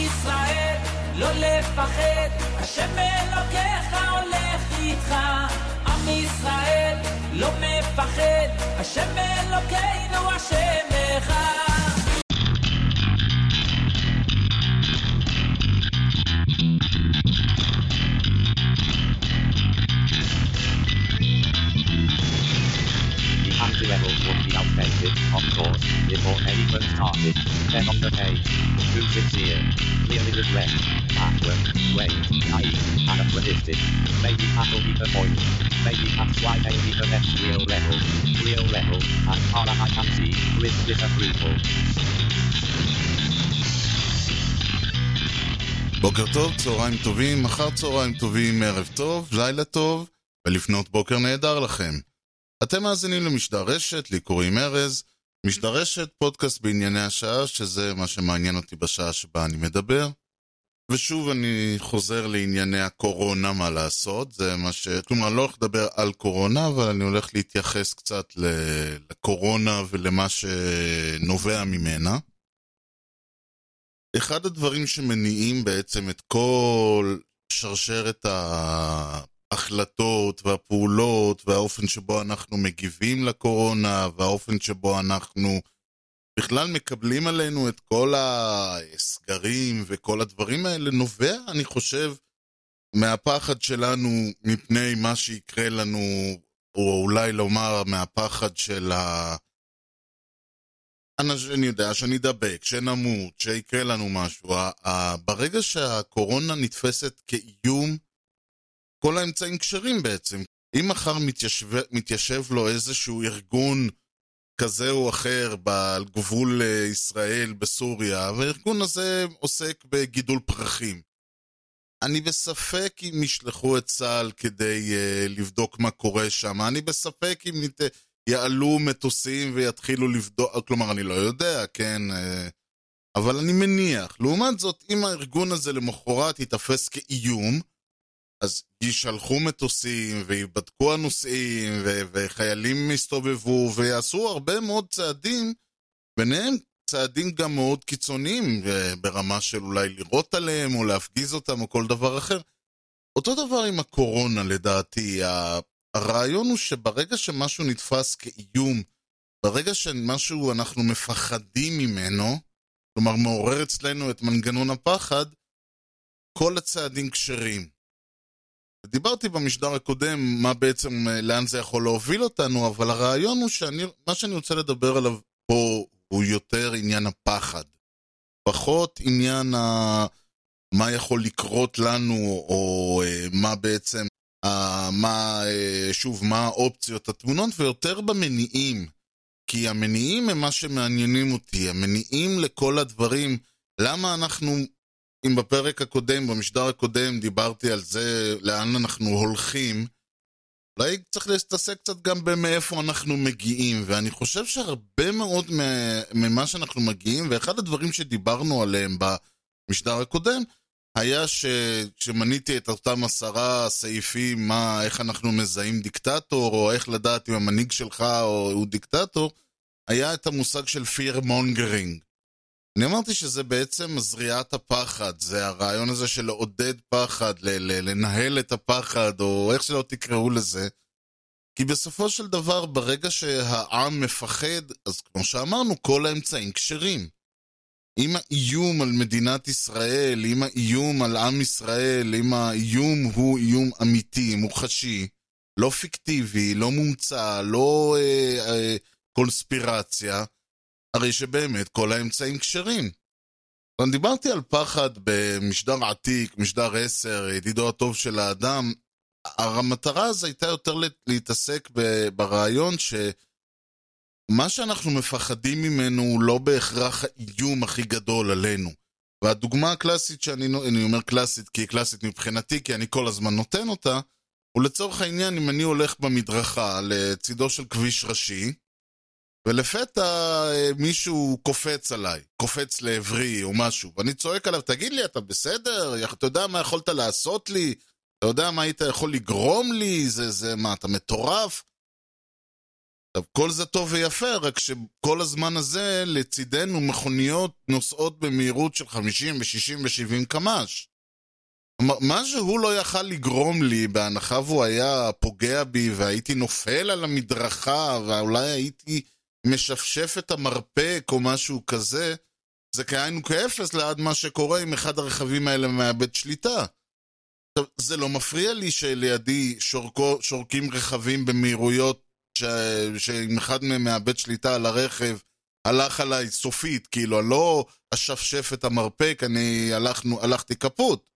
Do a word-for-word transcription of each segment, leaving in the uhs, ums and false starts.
ישראל, לא לפחד, השם אלוקיך הולך איתך. עם ישראל, לא מפחד, השם אלוקינו השם אחד. Levels would be outdated, of course, before they even started. Then on the page, who's it here? Clearly regret, backward, wait, naive, anachronistic. Maybe that'll be the point. Maybe that's why they need the next real level. Real level, as far as I can see, with disapproval. בוקר טוב, צהריים טובים, מחר צהריים טובים, ערב טוב, לילה טוב, ולפנות בוקר נהדר לכם. אתם מאזינים למשדר רשת, לי קוראים ארז, משדר רשת, פודקאסט בענייני השעה, שזה מה שמעניין אותי בשעה שבה אני מדבר. ושוב אני חוזר לענייני הקורונה, מה לעשות, זה מה ש... כלומר, אני לא הולך לדבר על קורונה, אבל אני הולך להתייחס קצת לקורונה ולמה שנובע ממנה. אחד הדברים שמניעים בעצם את כל שרשרת ה... החלטות והפעולות והאופן שבו אנחנו מגיבים לקורונה והאופן שבו אנחנו בכלל מקבלים עלינו את כל הסגרים וכל הדברים האלה נובע, אני חושב, מהפחד שלנו מפני מה שיקרה לנו, או אולי לומר מהפחד של ה... אני יודע, שנדבק, שנמות, שיקרה לנו משהו. ברגע שהקורונה נתפסת כאיום, כל האמצעים קשרים בעצם. אם מחר מתיישב, מתיישב לו איזשהו ארגון כזה או אחר על גבול ישראל בסוריה, והארגון הזה עוסק בגידול פרחים. אני בספק אם ישלחו את צה"ל כדי uh, לבדוק מה קורה שם. אני בספק אם ית... יעלו מטוסים ויתחילו לבדוק, כלומר אני לא יודע, כן, uh, אבל אני מניח. לעומת זאת, אם הארגון הזה למחרת יתפס כאיום, אז ישלחו מטוסים ויבדקו הנוסעים ו- וחיילים מסתובבו ויעשו הרבה מאוד צעדים, ביניהם צעדים גם מאוד קיצוניים ברמה של אולי לראות עליהם או להפגיז אותם או כל דבר אחר. אותו דבר עם הקורונה לדעתי, הרעיון הוא שברגע שמשהו נתפס כאיום, ברגע שמשהו אנחנו מפחדים ממנו, כלומר מעורר אצלנו את מנגנון הפחד, כל הצעדים קשרים. דיברתי במשדר הקודם מה בעצם, לאן זה יכול להוביל אותנו, אבל הרעיון הוא שאני, מה שאני רוצה לדבר עליו פה הוא יותר עניין הפחד. פחות עניין ה... מה יכול לקרות לנו, או מה בעצם, מה, שוב, מה האופציות, התמונות, ויותר במניעים. כי המניעים הם מה שמעניינים אותי, המניעים לכל הדברים, למה אנחנו... אם בפרק הקודם, במשדר הקודם, דיברתי על זה, לאן אנחנו הולכים, אולי צריך להתעסק קצת גם במאיפה אנחנו מגיעים, ואני חושב שהרבה מאוד ממה שאנחנו מגיעים, ואחד הדברים שדיברנו עליהם במשדר הקודם, היה ש... שמניתי את אותם עשרה סעיפים, מה, איך אנחנו מזהים דיקטטור, או איך לדעת אם המנהיג שלך או הוא דיקטטור, היה את המושג של fear mongering. אני אמרתי שזה בעצם זריעת הפחד, זה הרעיון הזה של לעודד פחד, ל- לנהל את הפחד, או איך שלא תקראו לזה. כי בסופו של דבר, ברגע שהעם מפחד, אז כמו שאמרנו, כל האמצעים קשרים. אם האיום על מדינת ישראל, אם האיום על עם ישראל, אם האיום הוא איום אמיתי, מוחשי, לא פיקטיבי, לא מומצא, לא אה, אה, קונספירציה, הרי שבאמת כל האמצעים קשרים. אני דיברתי על פחד במשדר עתיק, משדר עשר, ידידו הטוב של האדם. המטרה הזו הייתה יותר להתעסק ברעיון שמה שאנחנו מפחדים ממנו הוא לא בהכרח האיום הכי גדול עלינו. והדוגמה הקלאסית שאני אני אומר קלאסית, כי היא קלאסית מבחינתי, כי אני כל הזמן נותן אותה, ולצורך העניין אם אני הולך במדרכה לצידו של כביש ראשי, ולפתע מישהו קופץ עליי, קופץ לעברי או משהו, ואני צועק עליו, תגיד לי, אתה בסדר? אתה יודע מה יכולת לעשות לי? אתה יודע מה היית יכול לגרום לי? זה, זה, מה, אתה מטורף? עכשיו, כל זה טוב ויפה, רק שכל הזמן הזה לצידנו מכוניות נוסעות במהירות של חמישים ו-שישים ו-שבעים קמ"ש. מה שהוא לא יכל לגרום לי, בהנחה והוא היה פוגע בי והייתי נופל על המדרכה ואולי הייתי משפשף את המרפק או משהו כזה, זה כהיינו כאפס ליד מה שקורה אם אחד הרכבים האלה מאבד שליטה. עכשיו, זה לא מפריע לי שלידי שורקו, שורקים רכבים במהירויות ש... שאם אחד מהם מאבד שליטה על הרכב, הלך עליי סופית, כאילו, לא אשפשף את המרפק, אני הלכנו, הלכתי כפות.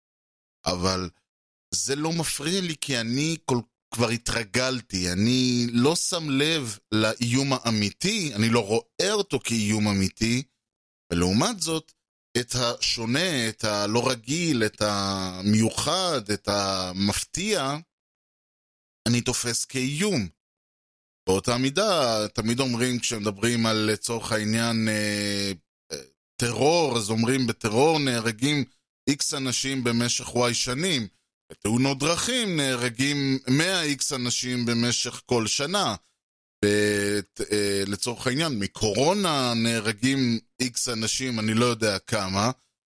אבל זה לא מפריע לי כי אני כל... כבר התרגלתי, אני לא שם לב לאיום האמיתי, אני לא רואה אותו כאיום אמיתי, ולעומת זאת, את השונה, את הלא רגיל, את המיוחד, את המפתיע, אני תופס כאיום. באותה מידה, תמיד אומרים, כשמדברים על לצורך העניין אה, אה, טרור, אז אומרים בטרור נהרגים איקס אנשים במשך וואי שנים, בתאונות דרכים נהרגים מאה איקס אנשים במשך כל שנה, בת, אה, לצורך העניין, מקורונה נהרגים איקס אנשים, אני לא יודע כמה,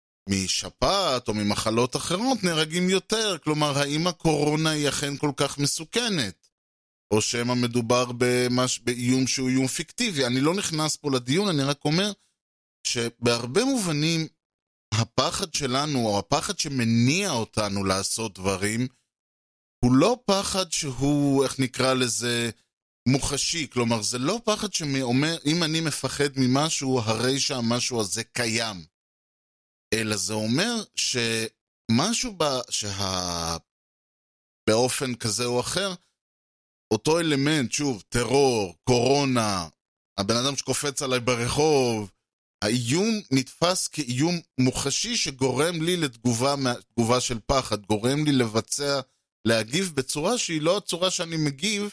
משפעת או ממחלות אחרות נהרגים יותר, כלומר, האם הקורונה היא אכן כל כך מסוכנת? או שמה מדובר במש... באיום שהוא איום פיקטיבי. אני לא נכנס פה לדיון, אני רק אומר שבהרבה מובנים הפחד שלנו, או הפחד שמניע אותנו לעשות דברים, הוא לא פחד שהוא, איך נקרא לזה, מוחשי. כלומר, זה לא פחד שאומר, אם אני מפחד ממשהו, הרי שהמשהו הזה קיים. אלא זה אומר שמשהו בה, שה... באופן כזה או אחר, אותו אלמנט, שוב, טרור, קורונה, הבן אדם שקופץ עליי ברחוב, האיום נתפס כאיום מוחשי שגורם לי לתגובה, תגובה של פחד, גורם לי לבצע, להגיב בצורה שהיא לא הצורה שאני מגיב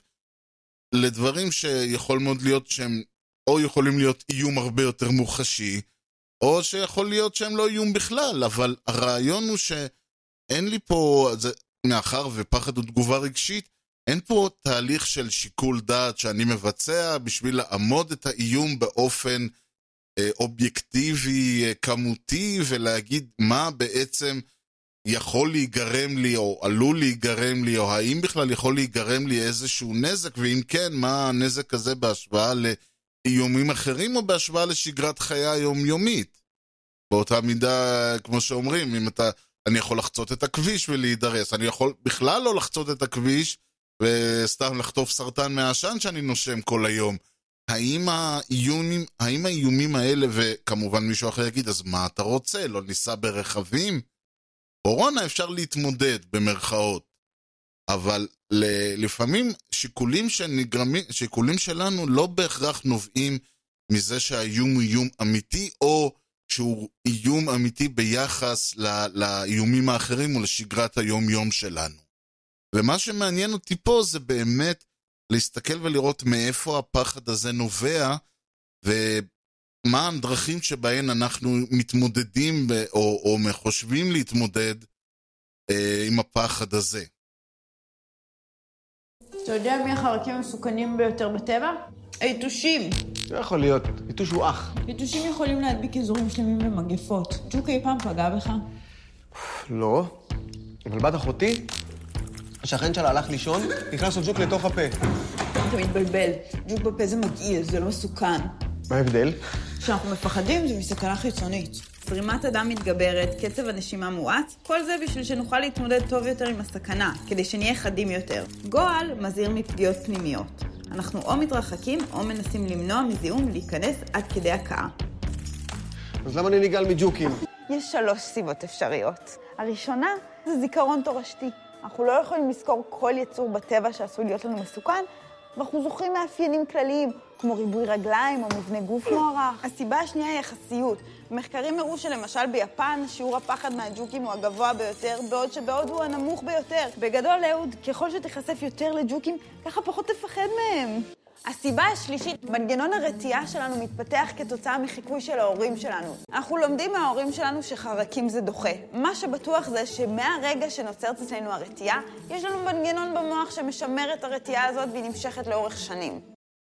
לדברים שיכול מאוד להיות שהם או יכולים להיות איום הרבה יותר מוחשי, או שיכול להיות שהם לא איום בכלל, אבל הרעיון הוא שאין לי פה, זה, מאחר ופחד הוא תגובה רגשית, אין פה תהליך של שיקול דעת שאני מבצע בשביל לעמוד את האיום באופן אה, אובייקטיבי, אה, כמותי, ולהגיד מה בעצם יכול להיגרם לי, או עלול להיגרם לי, או האם בכלל יכול להיגרם לי איזשהו נזק, ואם כן, מה הנזק הזה בהשוואה לאיומים אחרים, או בהשוואה לשגרת חיי היומיומית. באותה מידה, כמו שאומרים, אם אתה, אני יכול לחצות את הכביש ולהידרס, אני יכול בכלל לא לחצות את הכביש, וסתם לחטוף סרטן מהעשן שאני נושם כל היום. האם האיומים, האם האיומים האלה, וכמובן מישהו אחר יגיד, אז מה אתה רוצה? לא ניסע ברכבים? קורונה אפשר להתמודד במרכאות, אבל לפעמים שיקולים שנגרמים, שיקולים שלנו לא בהכרח נובעים מזה שהאיום הוא איום אמיתי, או שהוא איום אמיתי ביחס לאיומים האחרים או לשגרת היום-יום שלנו. ומה שמעניין אותי פה זה באמת להסתכל ולראות מאיפה הפחד הזה נובע, ומה הדרכים שבהן אנחנו מתמודדים ב- או, או מחושבים להתמודד אה, עם הפחד הזה. אתה יודע מי החרקים המסוכנים ביותר בטבע? היתושים. לא יכול להיות, יתוש הוא אח. יתושים יכולים להדביק אזורים שלמים במגפות. ג'וק אי פעם פגע בך? לא, אבל בת אחותי, השכן שלה הלך לישון, נכנס לו ג'וק לתוך הפה. אתה מתבלבל, ג'וק בפה זה מגעיל, זה לא מסוכן. מה ההבדל? כשאנחנו מפחדים זה מסכנה חיצונית. זרימת הדם מתגברת, קצב הנשימה מואץ, כל זה בשביל שנוכל להתמודד טוב יותר עם הסכנה, כדי שנהיה חדים יותר. גועל מזהיר מפגיעות פנימיות. אנחנו או מתרחקים או מנסים למנוע מזיהום להיכנס עד כדי הקאה. אז למה אני נגעל מג'וקים? יש שלוש סיבות אפשריות. הראשונה זה זיכרון תורשתי. אנחנו לא יכולים לזכור כל יצור בטבע שעשוי להיות לנו מסוכן, ואנחנו זוכרים מאפיינים כלליים, כמו ריבוי רגליים או מבנה גוף מוערך. הסיבה השנייה היא יחסיות. מחקרים הראו שלמשל ביפן שיעור הפחד מהג'וקים הוא הגבוה ביותר, בעוד שבהודו הוא הנמוך ביותר. בגדול, אהוד, ככל שתיחשף יותר לג'וקים, ככה פחות תפחד מהם. הסיבה השלישית, מנגנון הרתיעה שלנו מתפתח כתוצאה מחיקוי של ההורים שלנו. אנחנו לומדים מההורים שלנו שחרקים זה דוחה. מה שבטוח זה שמהרגע שנוצרת אצלנו הרתיעה, יש לנו מנגנון במוח שמשמר את הרתיעה הזאת והיא נמשכת לאורך שנים.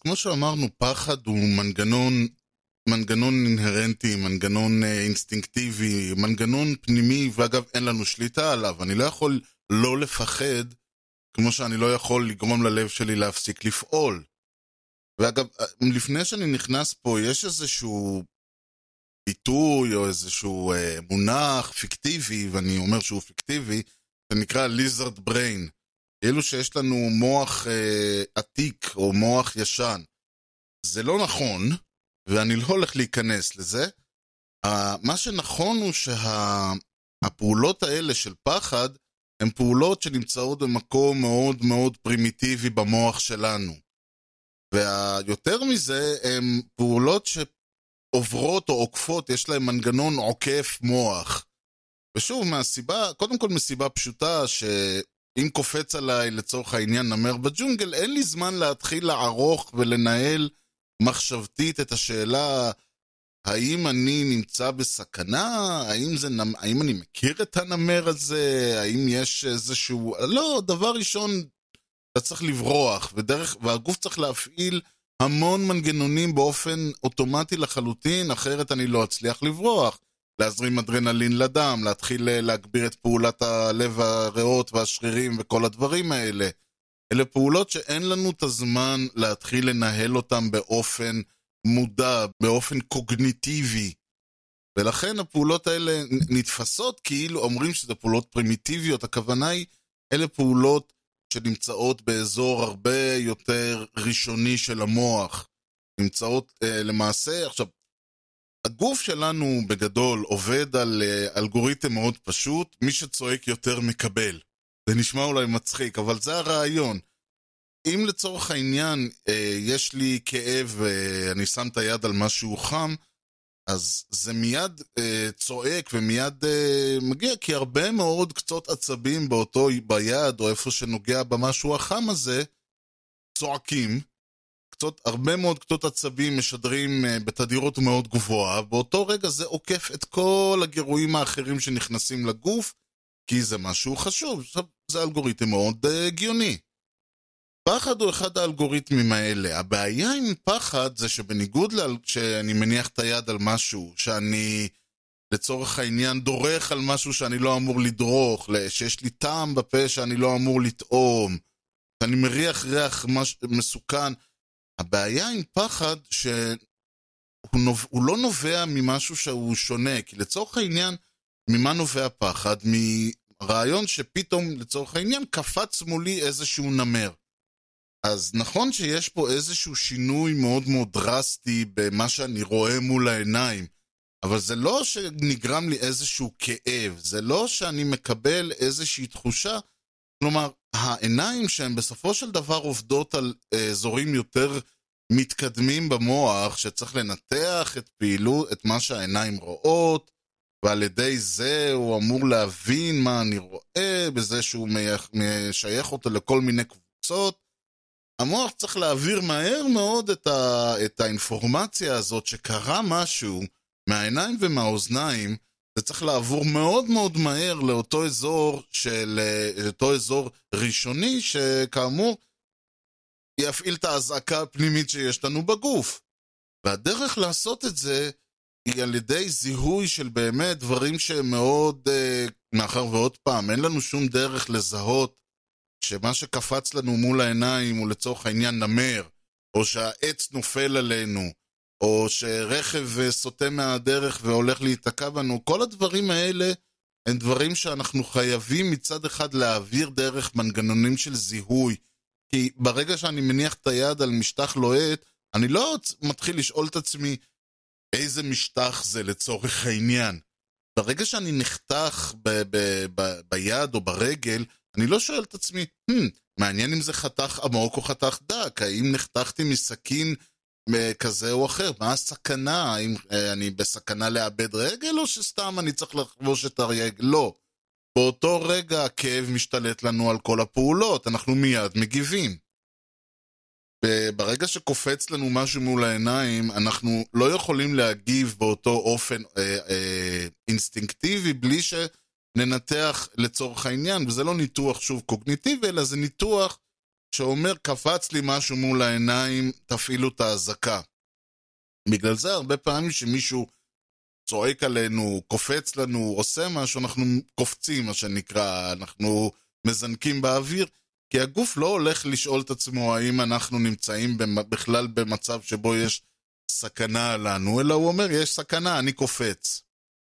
כמו שאמרנו, פחד הוא מנגנון, מנגנון אינהרנטי, מנגנון אה, אינסטינקטיבי, מנגנון פנימי, ואגב אין לנו שליטה עליו. אני לא יכול לא לפחד, כמו שאני לא יכול לגרום ללב שלי להפסיק לפעול. ואגב, לפני שאני נכנס פה, יש איזשהו ביטוי או איזשהו אה, מונח פיקטיבי, ואני אומר שהוא פיקטיבי, זה נקרא lizard brain. אלו שיש לנו מוח אה, עתיק או מוח ישן. זה לא נכון, ואני לא הולך להיכנס לזה. אה, מה שנכון הוא שהפעולות האלה של פחד, הן פעולות שנמצאות במקום מאוד מאוד פרימיטיבי במוח שלנו. והיותר מזה, הן פעולות שעוברות או עוקפות, יש להן מנגנון עוקף מוח. ושוב, מהסיבה, קודם כל מסיבה פשוטה, שאם קופץ עליי לצורך העניין נמר בג'ונגל, אין לי זמן להתחיל לערוך ולנהל מחשבתית את השאלה, האם אני נמצא בסכנה? האם, זה, האם אני מכיר את הנמר הזה? האם יש איזשהו... לא, דבר ראשון, אתה צריך לברוח, ודרך, והגוף צריך להפעיל המון מנגנונים באופן אוטומטי לחלוטין, אחרת אני לא אצליח לברוח. להזרים אדרנלין לדם, להתחיל להגביר את פעולת הלב, הריאות והשרירים וכל הדברים האלה. אלה פעולות שאין לנו את הזמן להתחיל לנהל אותם באופן מודע, באופן קוגניטיבי. ולכן הפעולות האלה נתפסות כאילו אומרים שזה פעולות פרימיטיביות. הכוונה היא, אלה פעולות שנמצאות באזור הרבה יותר ראשוני של המוח. נמצאות אה, למעשה, עכשיו, הגוף שלנו בגדול עובד על אה, אלגוריתם מאוד פשוט, מי שצועק יותר מקבל. זה נשמע אולי מצחיק, אבל זה הרעיון. אם לצורך העניין אה, יש לי כאב ואני שם את היד על משהו חם, אז זה מיד אה, צועק ומיד אה, מגיע, כי הרבה מאוד קצות עצבים באותו ביד או איפה שנוגע במשהו החם הזה, צועקים. קצות, הרבה מאוד קצות עצבים משדרים אה, בתדירות מאוד גבוהה, באותו רגע זה עוקף את כל הגירויים האחרים שנכנסים לגוף, כי זה משהו חשוב. עכשיו, זה אלגוריתם מאוד אה, הגיוני. פחד הוא אחד האלגוריתמים האלה. הבעיה עם פחד זה שבניגוד ל... שאני מניח את היד על משהו, שאני לצורך העניין דורך על משהו שאני לא אמור לדרוך, שיש לי טעם בפה שאני לא אמור לטעום, שאני מריח ריח מש... מסוכן. הבעיה עם פחד שהוא נוב... הוא לא נובע ממשהו שהוא שונה, כי לצורך העניין, ממה נובע פחד? מרעיון שפתאום לצורך העניין קפץ מולי איזשהו נמר. אז נכון שיש פה איזשהו שינוי מאוד מאוד דרסטי במה שאני רואה מול העיניים, אבל זה לא שנגרם לי איזשהו כאב, זה לא שאני מקבל איזושהי תחושה, כלומר, העיניים שהן בסופו של דבר עובדות על אזורים יותר מתקדמים במוח, שצריך לנתח את פעילות, את מה שהעיניים רואות, ועל ידי זה הוא אמור להבין מה אני רואה, בזה שהוא משייך אותו לכל מיני קבוצות, המוח צריך להעביר מהר מאוד את, ה, את האינפורמציה הזאת שקרה משהו מהעיניים ומהאוזניים, זה צריך לעבור מאוד מאוד מהר לאותו אזור, של, לאותו אזור ראשוני שכאמור יפעיל את ההזעקה הפנימית שיש לנו בגוף. והדרך לעשות את זה היא על ידי זיהוי של באמת דברים שהם מאוד, מאחר ועוד פעם, אין לנו שום דרך לזהות שמה שקפץ לנו מול העיניים הוא לצורך העניין נמר, או שהעץ נופל עלינו, או שרכב סוטה מהדרך והולך להיתקע בנו, כל הדברים האלה הם דברים שאנחנו חייבים מצד אחד להעביר דרך מנגנונים של זיהוי, כי ברגע שאני מניח את היד על משטח לוהט, אני לא מתחיל לשאול את עצמי איזה משטח זה לצורך העניין. ברגע שאני נחתך ב- ב- ב- ביד או ברגל, אני לא שואל את עצמי, hmm, מעניין אם זה חתך עמוק או חתך דק, האם נחתכתי מסכין כזה או אחר, מה הסכנה, האם אני בסכנה לאבד רגל או שסתם אני צריך לחבוש את הרגל, לא. באותו רגע הכאב משתלט לנו על כל הפעולות, אנחנו מיד מגיבים. ברגע שקופץ לנו משהו מול העיניים, אנחנו לא יכולים להגיב באותו אופן אה, אה, אינסטינקטיבי, בלי שננתח לצורך העניין, וזה לא ניתוח שוב קוגניטיבי, אלא זה ניתוח שאומר, קפץ לי משהו מול העיניים, תפעילו את ההזקה. בגלל זה הרבה פעמים שמישהו צועק עלינו, קופץ לנו, עושה משהו, אנחנו קופצים, מה שנקרא, אנחנו מזנקים באוויר, כי הגוף לא הולך לשאול את עצמו האם אנחנו נמצאים בכלל במצב שבו יש סכנה לנו, אלא הוא אומר, יש סכנה, אני קופץ.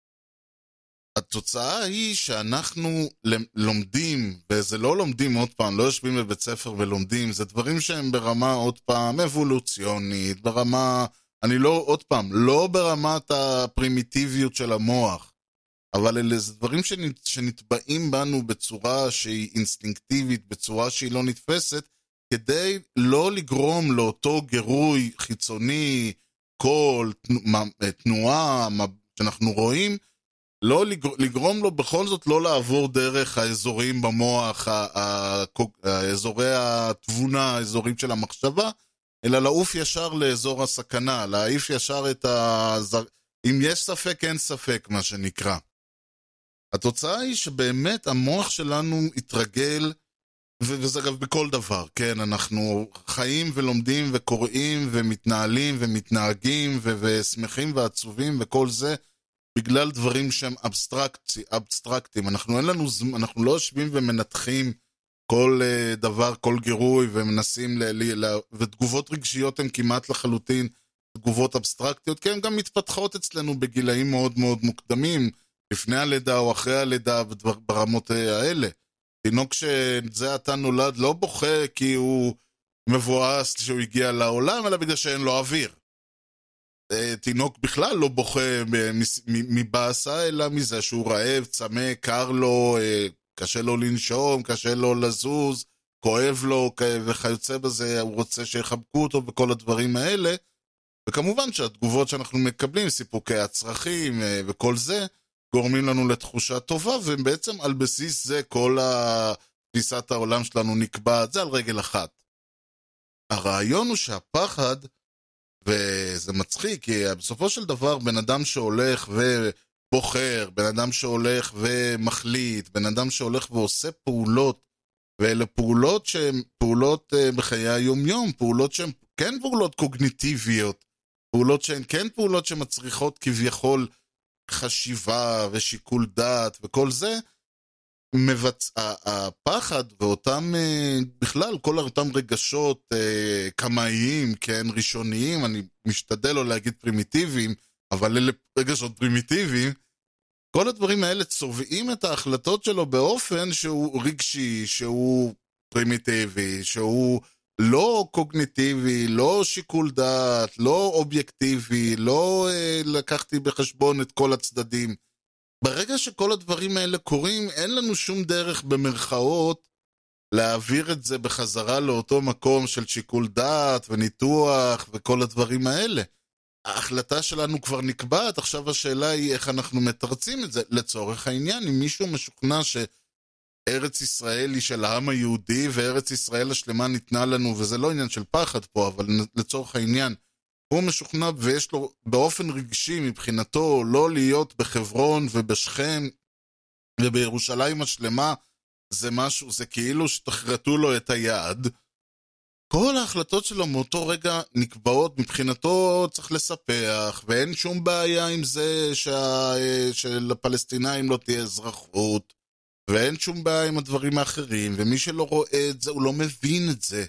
התוצאה היא שאנחנו לומדים, וזה לא לומדים עוד פעם, לא יושבים בבית ספר ולומדים, זה דברים שהם ברמה עוד פעם אבולוציונית, ברמה, אני לא, עוד פעם, לא ברמת הפרימיטיביות של המוח, אבל אלה זה דברים שנת, שנטבעים בנו בצורה שהיא אינסטינקטיבית, בצורה שהיא לא נתפסת, כדי לא לגרום לאותו גירוי חיצוני, קול, תנועה שאנחנו רואים, לא לגרום לו בכל זאת לא לעבור דרך האזורים במוח, האזורי התבונה, האזורים של המחשבה, אלא לעוף ישר לאזור הסכנה, להעיף ישר את ה... אם יש ספק, אין ספק, מה שנקרא. התוצאה היא שבאמת המוח שלנו התרגל, וזה אגב בכל דבר, כן, אנחנו חיים ולומדים וקוראים ומתנהלים ומתנהגים ו- ושמחים ועצובים וכל זה, בגלל דברים שהם אבסטרקטי, אבסטרקטים. אנחנו אין לנו זמן, אנחנו לא יושבים ומנתחים כל uh, דבר, כל גירוי, ומנסים, ל- ל- ל- ותגובות רגשיות הן כמעט לחלוטין תגובות אבסטרקטיות, כי הן גם מתפתחות אצלנו בגילאים מאוד מאוד מוקדמים, לפני הלידה או אחרי הלידה, בדבר, ברמות האלה. תינוק שזה אתה נולד לא בוכה כי הוא מבואס שהוא הגיע לעולם, אלא בגלל שאין לו אוויר. תינוק בכלל לא בוכה מבאסה, אלא מזה שהוא רעב, צמא, קר לו, קשה לו לנשום, קשה לו לזוז, כואב לו וכיוצא בזה, הוא רוצה שיחבקו אותו וכל הדברים האלה. וכמובן שהתגובות שאנחנו מקבלים, סיפוקי הצרכים וכל זה, גורמים לנו לתחושה טובה, ובעצם על בסיס זה כל תפיסת העולם שלנו נקבעת, זה על רגל אחת. הרעיון הוא שהפחד, וזה מצחיק, כי בסופו של דבר בן אדם שהולך ובוחר, בן אדם שהולך ומחליט, בן אדם שהולך ועושה פעולות, ואלה פעולות שהן פעולות בחיי היום-יום, פעולות שהן כן פעולות קוגניטיביות, פעולות שהן כן פעולות שמצריכות כביכול חשיבה ושיקול דעת וכל זה, מבצ... הפחד ואותם, בכלל, כל אותם רגשות קמאיים, כן, ראשוניים, אני משתדל לא להגיד פרימיטיביים, אבל אלה רגשות פרימיטיביים, כל הדברים האלה צובעים את ההחלטות שלו באופן שהוא רגשי, שהוא פרימיטיבי, שהוא לא קוגניטיבי, לא שיקול דעת, לא אובייקטיבי, לא אה, לקחתי בחשבון את כל הצדדים. ברגע שכל הדברים האלה קורים, אין לנו שום דרך במרכאות להעביר את זה בחזרה לאותו מקום של שיקול דעת וניתוח וכל הדברים האלה. ההחלטה שלנו כבר נקבעת, עכשיו השאלה היא איך אנחנו מתרצים את זה. לצורך העניין, אם מישהו משוכנע שארץ ישראל היא של העם היהודי וארץ ישראל השלמה ניתנה לנו, וזה לא עניין של פחד פה, אבל לצורך העניין, הוא משוכנע ויש לו באופן רגשי מבחינתו לא להיות בחברון ובשכם ובירושלים השלמה, זה משהו, זה כאילו שתחרטו לו את היד. כל ההחלטות שלו מאותו רגע נקבעות, מבחינתו צריך לספח, ואין שום בעיה עם זה שה... שלפלסטינאים לא תהיה אזרחות, ואין שום בעיה עם הדברים האחרים, ומי שלא רואה את זה הוא לא מבין את זה.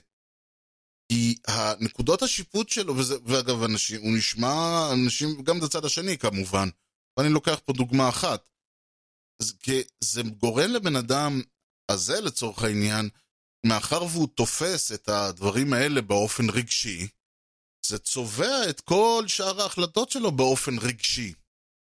כי הנקודות השיפוט שלו, וזה, ואגב, אנשים, הוא נשמע, אנשים, גם בצד השני כמובן, ואני לוקח פה דוגמה אחת, זה, כי זה גורם לבן אדם הזה לצורך העניין, מאחר והוא תופס את הדברים האלה באופן רגשי, זה צובע את כל שאר ההחלטות שלו באופן רגשי.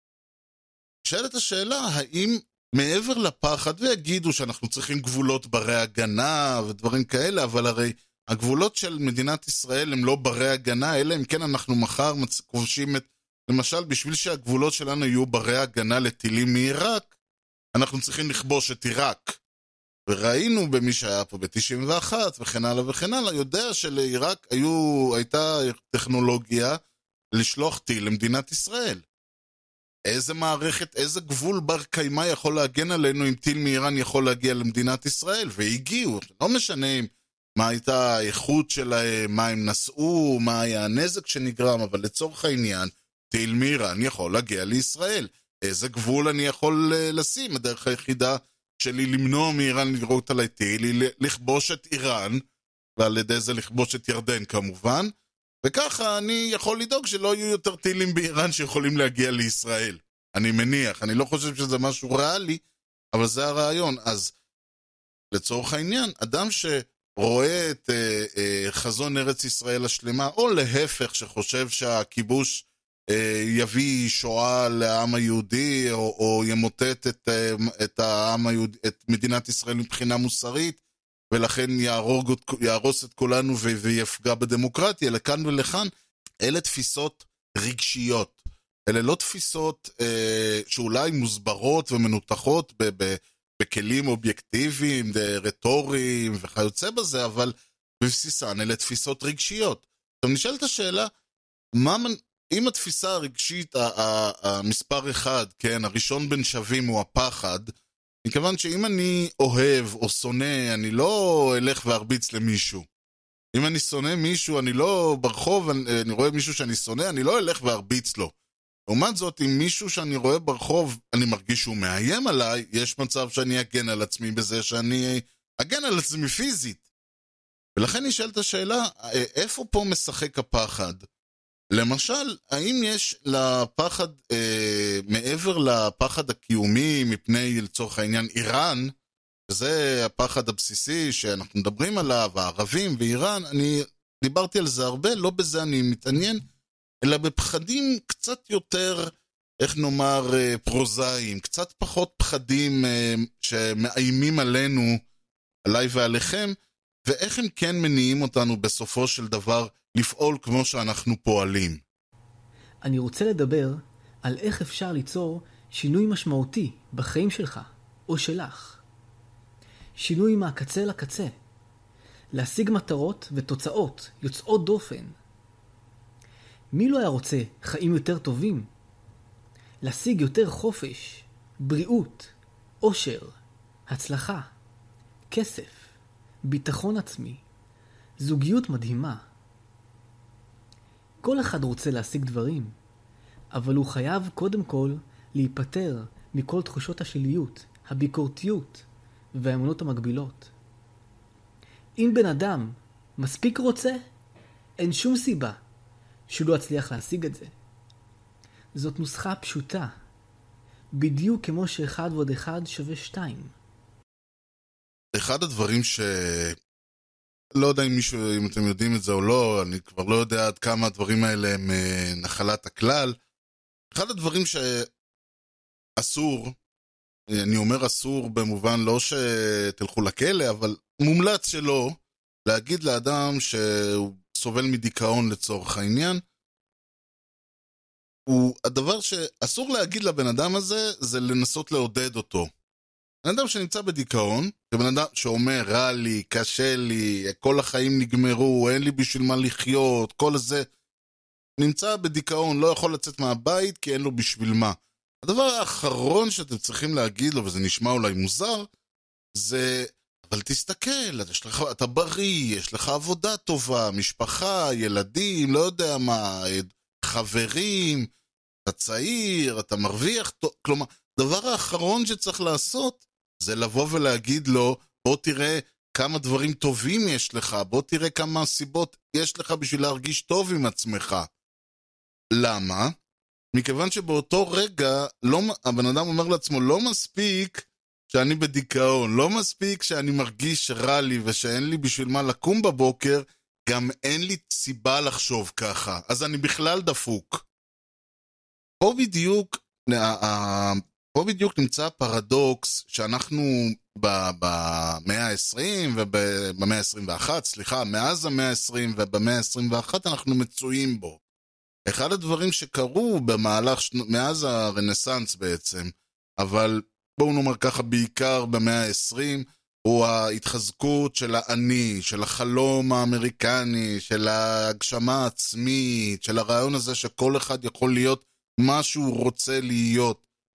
שאלת השאלה, האם מעבר לפחד, ויגידו שאנחנו צריכים גבולות ברי הגנה ודברים כאלה, אבל הרי הגבולות של מדינת ישראל הם לא ברי הגנה, אלא אם כן אנחנו מחר כובשים את, למשל, בשביל שהגבולות שלנו יהיו ברי הגנה לטילים מעיראק, אנחנו צריכים לכבוש את עיראק. וראינו במי שהיה פה ב-תשעים ואחת וכן הלאה וכן הלאה, יודע שלעיראק היו, הייתה טכנולוגיה לשלוח טיל למדינת ישראל. איזה מערכת, איזה גבול בר קיימה יכול להגן עלינו אם טיל מאיראן יכול להגיע למדינת ישראל? והגיעו, לא משנה אם מה הייתה האיכות שלהם, מה הם נסעו, מה היה הנזק שנגרם, אבל לצורך העניין, טיל מאיראן יכול להגיע לישראל. איזה גבול אני יכול לשים? הדרך היחידה שלי למנוע מאיראן לראות עליי טיל, היא לכבוש את איראן, ועל ידי זה לכבוש את ירדן כמובן, וככה אני יכול לדאוג שלא יהיו יותר טילים באיראן שיכולים להגיע לישראל. אני מניח, אני לא חושב שזה משהו ריאלי, אבל זה הרעיון. אז לצורך העניין, אדם שרואה את אה, אה, חזון ארץ ישראל השלמה, או להפך שחושב שהכיבוש אה, יביא שואה לעם היהודי, או, או ימוטט את, אה, את, העם היהודי, את מדינת ישראל מבחינה מוסרית, ולכן יהרוג, יהרוס את כולנו ו- ויפגע בדמוקרטיה, לכאן ולכאן, אלה תפיסות רגשיות. אלה לא תפיסות אה, שאולי מוסברות ומנותחות ב- ב- בכלים אובייקטיביים, רטוריים וכיוצא בזה, אבל בבסיסן אלה תפיסות רגשיות. עכשיו נשאלת השאלה, מה, אם התפיסה הרגשית המספר אחד, כן, הראשון בין שווים הוא הפחד, מכיוון שאם אני אוהב או שונא, אני לא אלך וארביץ למישהו. אם אני שונא מישהו, אני לא ברחוב, אני, אני רואה מישהו שאני שונא, אני לא אלך וארביץ לו. לעומת זאת, אם מישהו שאני רואה ברחוב, אני מרגיש שהוא מאיים עליי, יש מצב שאני אגן על עצמי בזה שאני אגן על עצמי פיזית. ולכן נשאלת השאלה, איפה פה משחק הפחד? למשל, האם יש לפחד, אה, מעבר לפחד הקיומי מפני לצורך העניין איראן, שזה הפחד הבסיסי שאנחנו מדברים עליו, הערבים ואיראן, אני דיברתי על זה הרבה, לא בזה אני מתעניין, אלא בפחדים קצת יותר, איך נאמר, אה, פרוזאיים, קצת פחות פחדים אה, שמאיימים עלינו, עליי ועליכם, ואיך הם כן מניעים אותנו בסופו של דבר לפעול כמו שאנחנו פועלים. אני רוצה לדבר על איך אפשר ליצור שינוי משמעותי בחיים שלך או שלך. שינוי מהקצה לקצה. להשיג מטרות ותוצאות יוצאות דופן. מי לא היה רוצה חיים יותר טובים? להשיג יותר חופש, בריאות, עושר, הצלחה, כסף, ביטחון עצמי, זוגיות מדהימה. כל אחד רוצה להשיג דברים, אבל הוא חייב קודם כל להיפטר מכל תחושות השליליות, הביקורתיות והאמונות המקבילות. אם בן אדם מספיק רוצה, אין שום סיבה שהוא לא יצליח להשיג את זה. זאת נוסחה פשוטה, בדיוק כמו שאחד ועוד אחד שווה שתיים. אחד הדברים ש... לא יודע אם מישהו, אם אתם יודעים את זה או לא, אני כבר לא יודע עד כמה הדברים האלה הם נחלת הכלל. אחד הדברים שאסור, אני אומר אסור במובן לא שתלכו לכלא, אבל מומלץ שלא, להגיד לאדם שהוא סובל מדיכאון לצורך העניין, הוא הדבר שאסור להגיד לבן אדם הזה, זה לנסות לעודד אותו. בן אדם שנמצא בדיכאון, בן אדם שאומר, רע לי, קשה לי, כל החיים נגמרו, אין לי בשביל מה לחיות, כל זה, נמצא בדיכאון, לא יכול לצאת מהבית כי אין לו בשביל מה. הדבר האחרון שאתם צריכים להגיד לו, וזה נשמע אולי מוזר, זה, אבל תסתכל, יש לך, אתה בריא, יש לך עבודה טובה, משפחה, ילדים, לא יודע מה, חברים, אתה צעיר, אתה מרוויח, כלומר, הדבר האחרון שצריך לעשות, זה לבוא ולהגיד לו, בוא תראה כמה דברים טובים יש לך, בוא תראה כמה סיבות יש לך בשביל להרגיש טוב עם עצמך. למה? מכיוון שבאותו רגע, לא, הבן אדם אומר לעצמו, לא מספיק שאני בדיכאון, לא מספיק שאני מרגיש רע לי ושאין לי בשביל מה לקום בבוקר, גם אין לי סיבה לחשוב ככה, אז אני בכלל דפוק. פה בדיוק, פה בדיוק נמצא הפרדוקס שאנחנו במאה ה-עשרים ובמאה ה-עשרים ואחת, סליחה, מאז המאה ה-עשרים ובמאה ה-עשרים ואחת אנחנו מצויים בו. אחד הדברים שקרו במהלך, מאז הרנסנס בעצם, אבל בואו נאמר ככה בעיקר במאה ה-עשרים, הוא ההתחזקות של האני, של החלום האמריקני, של ההגשמה העצמית, של הרעיון הזה שכל אחד יכול להיות מה שהוא רוצה להיות.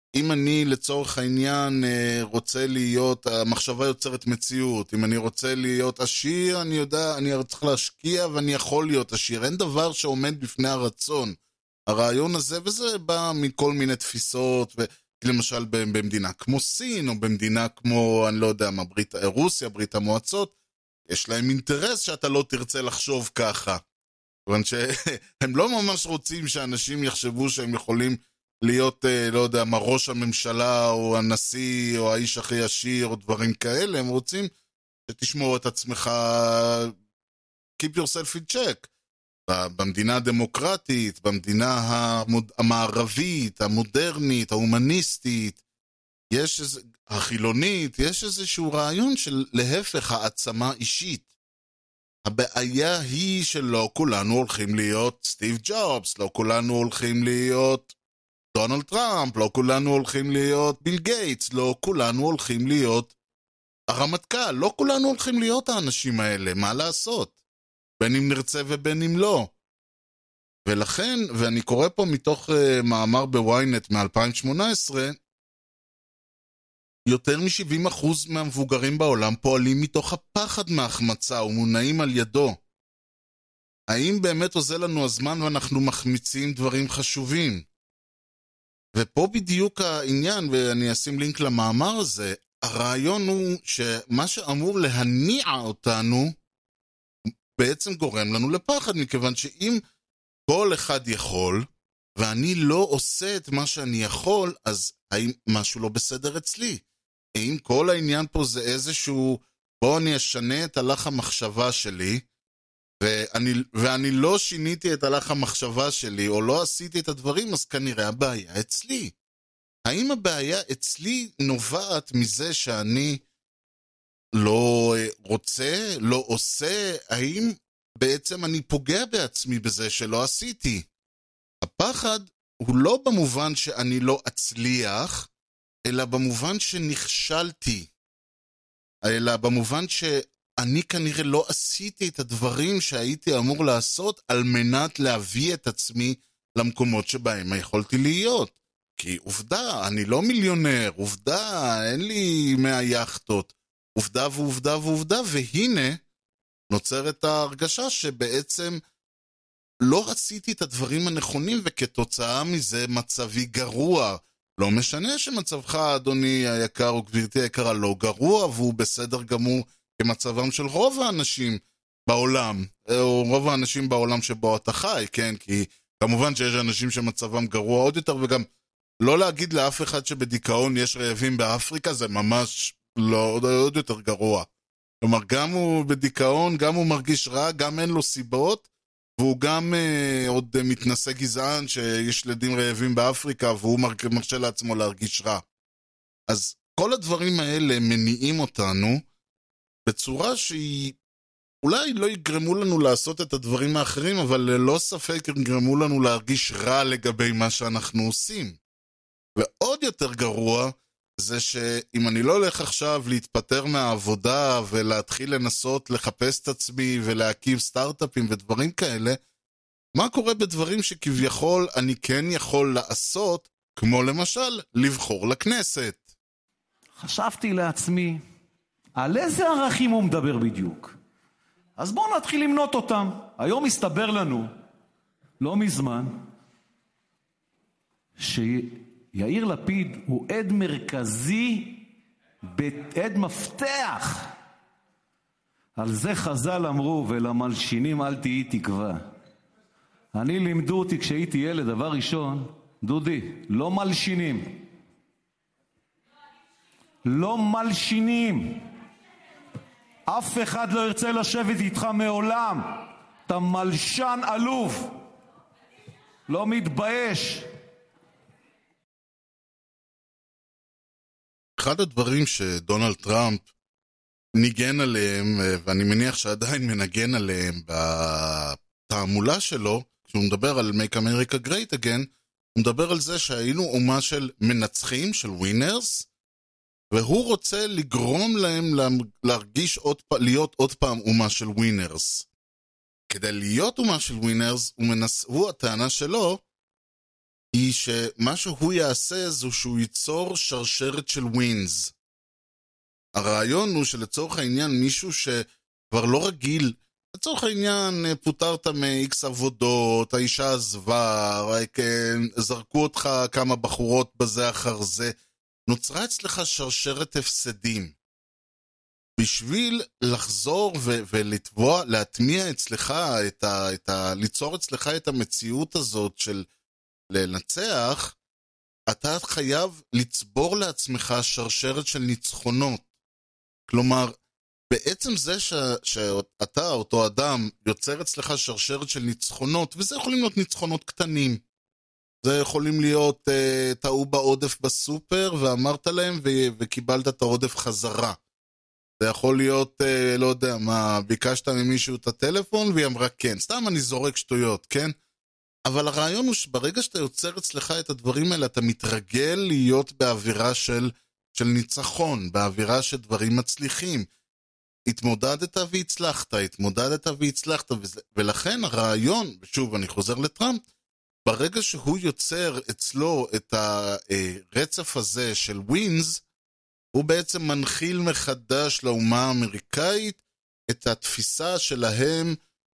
אם אני לצורך העניין רוצה להיות, המחשבה יוצרת מציאות, אם אני רוצה להיות עשיר, אני יודע, אני צריך להשקיע ואני יכול להיות עשיר. אין דבר שעומד בפני הרצון. הרעיון הזה, וזה בא מכל מיני תפיסות, למשל במדינה כמו סין, או במדינה כמו, אני לא יודע מה, ברית, רוסיה, ברית המועצות, יש להם אינטרס שאתה לא תרצה לחשוב ככה. כיוון שהם לא ממש רוצים שאנשים יחשבו שהם יכולים להיות, לא יודע מה, ראש הממשלה, או הנשיא, או האיש הכי עשיר, או דברים כאלה. הם רוצים שתשמור את עצמך, keep yourself in check. במדינה הדמוקרטית, במדינה המערבית, המודרנית, ההומניסטית, יש איזה, החילונית, יש איזשהו רעיון של להפך העצמה אישית. הבעיה היא שלא כולנו הולכים להיות סטיב ג'ובס, לא כולנו הולכים להיות דונלד טראמפ, לא כולנו הולכים להיות ביל גייטס, לא כולנו הולכים להיות הרמטכ"ל, לא כולנו הולכים להיות האנשים האלה, מה לעשות? בין אם נרצה ובין אם לא. ולכן, ואני קורא פה מתוך uh, מאמר בוויינט מ-אלפיים שמונה עשרה, יותר מ-שבעים אחוז מהמבוגרים בעולם פועלים מתוך הפחד מהחמצה ומונעים על ידו. האם באמת עוזר לנו הזמן ואנחנו מחמיצים דברים חשובים? ופה בדיוק העניין, ואני אשים לינק למאמר הזה, הרעיון הוא שמה שאמור להניע אותנו, בעצם גורם לנו לפחד, מכיוון שאם כל אחד יכול, ואני לא עושה את מה שאני יכול, אז האם משהו לא בסדר אצלי? האם כל העניין פה זה איזשהו, בוא אני אשנה את הלך המחשבה שלי, ואני, ואני לא שיניתי את הלך המחשבה שלי, או לא עשיתי את הדברים, אז כנראה הבעיה אצלי. האם הבעיה אצלי נובעת מזה שאני לא רוצה, לא עושה? האם בעצם אני פוגע בעצמי בזה שלא עשיתי? הפחד הוא לא במובן שאני לא אצליח, אלא במובן שנכשלתי. אלא במובן שאני כנראה לא עשיתי את הדברים שהייתי אמור לעשות על מנת להביא את עצמי למקומות שבהם יכולתי להיות. כי עובדה, אני לא מיליונר, עובדה, אין לי מאה יחטות. עובדה ועובדה ועובדה, והנה נוצרת ההרגשה שבעצם לא עשיתי את הדברים הנכונים, וכתוצאה מזה מצבי גרוע. לא משנה שמצבך, אדוני היקר או גבירתי היקרה, לא גרוע, והוא בסדר גמור כמצבם של רוב האנשים בעולם, או רוב האנשים בעולם שבו אתה חי, כן? כי כמובן שיש אנשים שמצבם גרוע עוד יותר, וגם לא להגיד לאף אחד שבדיכאון יש רעבים באפריקה, זה ממש לא, עוד יותר גרוע. כלומר, גם הוא בדיכאון, גם הוא מרגיש רע, גם אין לו סיבות, והוא גם אה, עוד אה, מתנסה גזען שיש ילדים רעבים באפריקה, והוא מרשה לעצמו להרגיש רע. אז כל הדברים האלה מניעים אותנו בצורה שהיא אולי לא יגרמו לנו לעשות את הדברים האחרים, אבל ללא ספק יגרמו לנו להרגיש רע לגבי מה שאנחנו עושים. ועוד יותר גרוע זה שאם אני לא הולך עכשיו להתפטר מהעבודה ולהתחיל לנסות לחפש את עצמי ולהקים סטארט-אפים ודברים כאלה, מה קורה בדברים שכביכול אני כן יכול לעשות, כמו למשל לבחור לכנסת? חשבתי לעצמי, על איזה ערכים הוא מדבר בדיוק? אז בואו נתחיל למנות אותם. היום הסתבר לנו, לא מזמן, שיאיר לפיד הוא עד מרכזי, עד מפתח. על זה חז"ל אמרו, ולמלשינים אל תהי תקווה. אני לימדו אותי כשהייתי ילד, דבר ראשון, דודי, לא מלשינים. לא מלשינים. אף אחד לא ירצה לשבת איתך מעולם. אתה מלשן עלוב. לא מתבייש. אחד הדברים שדונלד טראמפ ניגן עליהם, ואני מניח שעדיין מנגן עליהם בתעמולה שלו, כשהוא מדבר על Make America Great Again, הוא מדבר על זה שהיינו אומה של מנצחים, של ווינרס, והוא רוצה לגרום להם להרגיש עוד, להיות עוד פעם אומה של ווינרס. כדי להיות אומה של ווינרס, הוא, מנס, הוא הטענה שלו, היא שמה שהוא יעשה זו שהוא ייצור שרשרת של ווינס. הרעיון הוא שלצורך העניין מישהו שכבר לא רגיל, לצורך העניין פוטרת מ-X עבודות, האישה עזבה, זרקו אותך כמה בחורות בזה אחר זה, נוצרה אצלך שרשרת הפסדים. בשביל לחזור ו- ולתבוע, להטמיע אצלך, את ה- את ה- ליצור אצלך את המציאות הזאת של לנצח, אתה חייב לצבור לעצמך שרשרת של ניצחונות. כלומר, בעצם זה ש- שאתה, אותו אדם, יוצר אצלך שרשרת של ניצחונות, וזה יכולים להיות ניצחונות קטנים. זה יכולים להיות, uh, טעו בעודף בסופר, ואמרת להם, ו- וקיבלת את העודף חזרה. זה יכול להיות, uh, לא יודע מה, ביקשת ממישהו את הטלפון, והיא אמרה כן. סתם אני זורק שטויות, כן? אבל הרעיון הוא שברגע שאתה יוצר אצלך את הדברים האלה, אתה מתרגל להיות באווירה של, של ניצחון, באווירה של דברים מצליחים. התמודדת והצלחת, התמודדת והצלחת, וזה, ולכן הרעיון, שוב אני חוזר לטראמפ, ברגע שהוא יוצר אצלו את הרצף הזה של ווינס, הוא בעצם מנחיל מחדש לאומה האמריקאית את התפיסה שלהם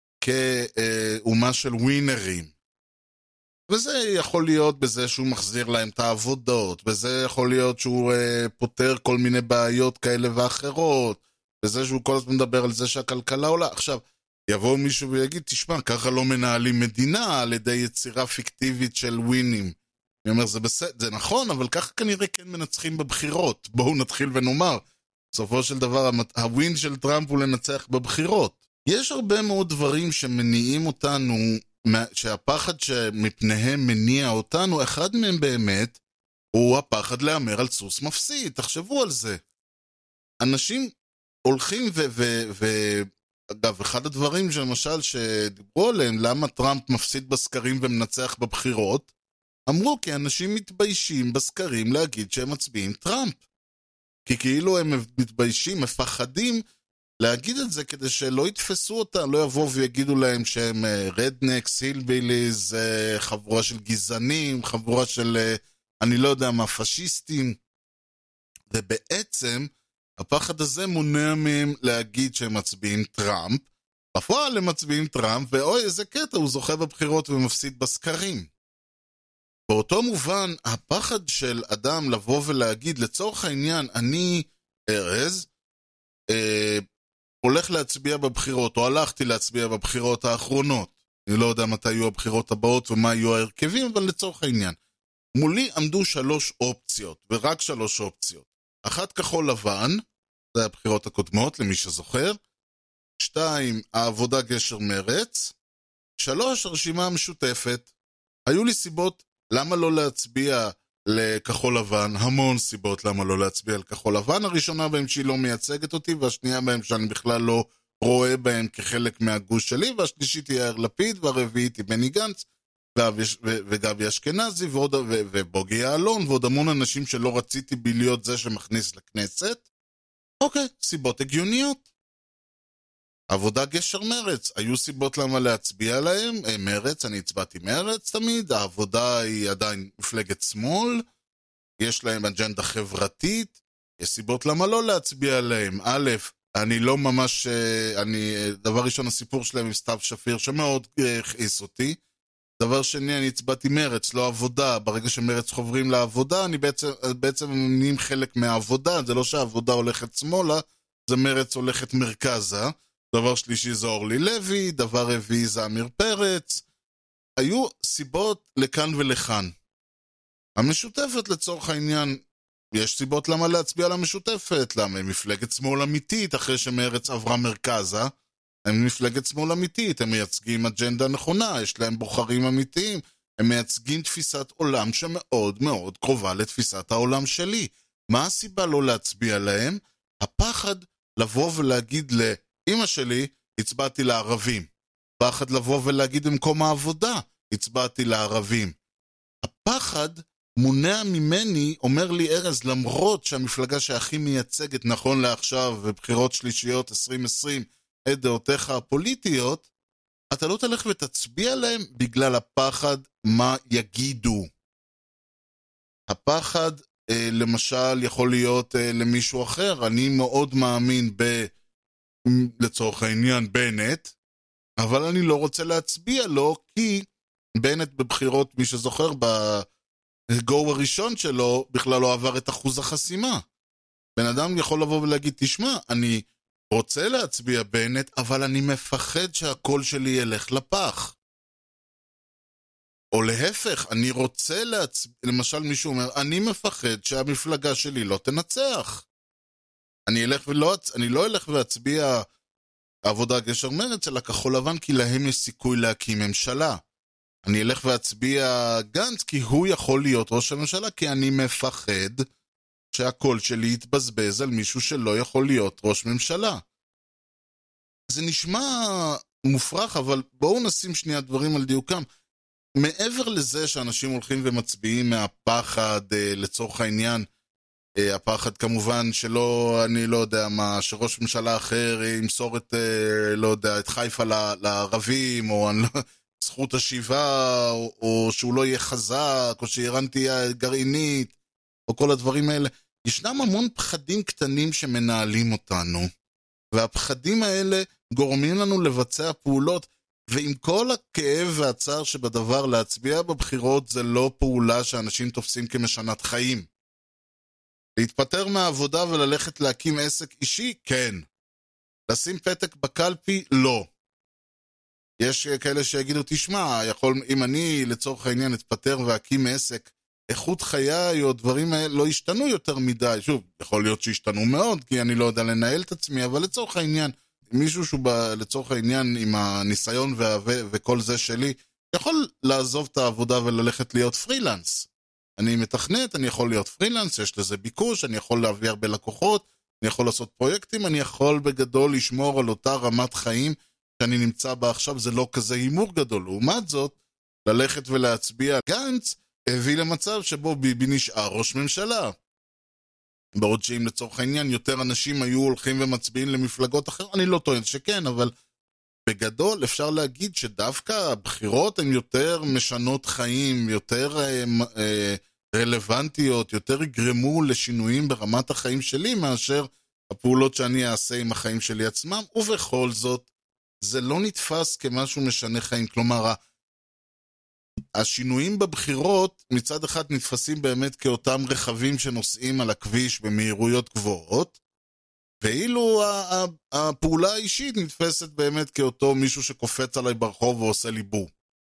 כאומה של ווינרים. וזה יכול להיות בזה שהוא מחזיר להם את העבודות, בזה יכול להיות שהוא פותר כל מיני בעיות כאלה ואחרות, בזה שהוא כל הזמן מדבר על זה שהכלכלה עולה. עכשיו, יבוא מישהו ויגיד, תשמע, ככה לא מנהלים מדינה על ידי יצירה פיקטיבית של ווינים. אני אומר, זה בסדר, זה נכון, אבל ככה כנראה כן מנצחים בבחירות. בואו נתחיל ונאמר. בסופו של דבר, הווין של טראמפ הוא לנצח בבחירות. יש הרבה מאוד דברים שמניעים אותנו, שהפחד שמפניהם מניע אותנו, אחד מהם באמת, הוא הפחד לאמר על סוס מפסיד. תחשבו על זה. אנשים הולכים ו... ו-, ו- אגב, אחד הדברים שלמשל שדיברו עליהם, למה טראמפ מפסיד בסקרים ומנצח בבחירות, אמרו כי אנשים מתביישים בסקרים להגיד שהם מצביעים טראמפ. כי כאילו הם מתביישים, מפחדים להגיד את זה כדי שלא יתפסו אותם, לא יבואו ויגידו להם שהם רדנקס, הילביליז, חבורה של גזענים, חבורה של, אני לא יודע מה, פשיסטים. ובעצם הפחד הזה מונע מהם להגיד שהם מצביעים טראמפ, בפועל הם מצביעים טראמפ, ואוי איזה קטע, הוא זוכה בבחירות ומפסיד בסקרים. באותו מובן, הפחד של אדם לבוא ולהגיד, לצורך העניין, אני ארז, אה, הולך להצביע בבחירות, או הלכתי להצביע בבחירות האחרונות. אני לא יודע מתי יהיו הבחירות הבאות ומה יהיו ההרכבים, אבל לצורך העניין. מולי עמדו שלוש אופציות, ורק שלוש אופציות. אחת כחול לבן, זה הבחירות הקודמות, למי שזוכר. שתיים, העבודה גשר מרץ. שלוש, הרשימה המשותפת. היו לי סיבות למה לא להצביע לכחול לבן, המון סיבות למה לא להצביע לכחול לבן. הראשונה בהם שהיא לא מייצגת אותי, והשנייה בהם שאני בכלל לא רואה בהם כחלק מהגוש שלי, והשלישית היא יאיר לפיד, והרביעית היא בני גנץ, וגבי אשכנזי, ועוד, ובוגי יעלון, ועוד המון אנשים שלא רציתי בי להיות זה שמכניס לכנסת. אוקיי, סיבות הגיוניות. עבודה גשר מרץ, היו סיבות למה להצביע להם, מרץ, אני הצבעתי מרץ תמיד, העבודה היא עדיין מפלגת שמאל, יש להם אג'נדה חברתית, יש סיבות למה לא להצביע להם. א', אני לא ממש, אני, דבר ראשון הסיפור שלהם עם סתיו שפיר שמאוד הכעיס אותי, דבר שני, אני הצבעתי מרץ, לא עבודה. ברגע שמרץ חוברים לעבודה, אני בעצם, בעצם נהיים חלק מהעבודה. זה לא שהעבודה הולכת שמאלה, זה מרץ הולכת מרכזה. דבר שלישי זה אורלי לוי, דבר רביעי זה אמיר פרץ. היו סיבות לכאן ולכאן. המשותפת לצורך העניין, יש סיבות למה להצביע על המשותפת. למה הם מפלגת שמאל אמיתית, אחרי שמרץ עברה מרכזה. הם מפלגת שמאל אמיתית, הם מייצגים אג'נדה נכונה, יש להם בוחרים אמיתיים, הם מייצגים תפיסת עולם שמאוד מאוד קרובה לתפיסת העולם שלי. מה הסיבה לא להצביע להם? הפחד לבוא ולהגיד לאמא שלי, הצבעתי לערבים. פחד לבוא ולהגיד במקום העבודה, הצבעתי לערבים. הפחד מונע ממני, אומר לי ארז, למרות שהמפלגה שהכי מייצגת נכון לעכשיו, ובחירות שלישיות עשרים עשרים, את דעותיך הפוליטיות, אתה לא תלך ותצביע להם בגלל הפחד מה יגידו. הפחד, אה, למשל, יכול להיות אה, למישהו אחר. אני מאוד מאמין ב, לצורך העניין, בנט, אבל אני לא רוצה להצביע לו, כי בנט בבחירות, מי שזוכר, בגו הראשון שלו, בכלל לא עבר את אחוז החסימה. בן אדם יכול לבוא ולהגיד, תשמע, אני רוצה להצביע בנט, אבל אני מפחד שהקול שלי ילך לפח. או להפך, אני רוצה להצביע, למשל מישהו אומר, אני מפחד שהמפלגה שלי לא תנצח. אני אלך ולא, אני לא אלך ואצביע עבודה גשר מרץ, אלא כחול לבן, כי להם יש סיכוי להקים ממשלה. אני אלך ואצביע גנץ, כי הוא יכול להיות ראש הממשלה, כי אני מפחד שהקול שלי יתבזבז על מישהו שלא יכול להיות ראש ממשלה. זה נשמע מופרך, אבל בואו נשים שנייה דברים על דיוקם. מעבר לזה שאנשים הולכים ומצביעים מהפחד, לצורך העניין, הפחד כמובן שלא, אני לא יודע מה, שראש ממשלה אחר ימסור את, לא יודע, את חיפה לערבים, או זכות השיבה, או, או שהוא לא יהיה חזק, או שאיראן תהיה גרעינית, או כל הדברים האלה. ישנם המון פחדים קטנים שמנהלים אותנו, והפחדים האלה גורמים לנו לבצע פעולות, ועם כל הכאב והצער שבדבר, להצביע בבחירות זה לא פעולה שאנשים תופסים כמשנת חיים. להתפטר מהעבודה וללכת להקים עסק אישי? כן. לשים פתק בקלפי? לא. יש כאלה שיגידו, תשמע, יכול, אם אני לצורך העניין אתפטר והקים עסק, איכות חיי או דברים האלה לא ישתנו יותר מדי. שוב, יכול להיות שישתנו מאוד, כי אני לא יודע לנהל את עצמי, אבל לצורך העניין, מישהו שהוא בא, לצורך העניין עם הניסיון וה, ו, וכל זה שלי, יכול לעזוב את העבודה וללכת להיות פרילנס. אני מתכנת, אני יכול להיות פרילנס, יש לזה ביקוש, אני יכול להביא הרבה לקוחות, אני יכול לעשות פרויקטים, אני יכול בגדול לשמור על אותה רמת חיים שאני נמצא בה עכשיו, זה לא כזה הימור גדול. לעומת זאת, ללכת ולהצביע גנץ, הביא למצב שבו ביבי נשאר ראש ממשלה. בעוד שאם לצורך העניין יותר אנשים היו הולכים ומצביעים למפלגות אחרות, אני לא טוען שכן, אבל בגדול אפשר להגיד שדווקא הבחירות הן יותר משנות חיים, יותר אה, אה, רלוונטיות, יותר יגרמו לשינויים ברמת החיים שלי, מאשר הפעולות שאני אעשה עם החיים שלי עצמם, ובכל זאת, זה לא נתפס כמשהו משנה חיים. כלומר, השינויים בבחירות מצד אחד נתפסים באמת כאותם רכבים שנוסעים על הכביש במהירויות גבוהות, ואילו הפעולה האישית נתפסת באמת כאותו מישהו שקופץ עליי ברחוב ועושה לי בור.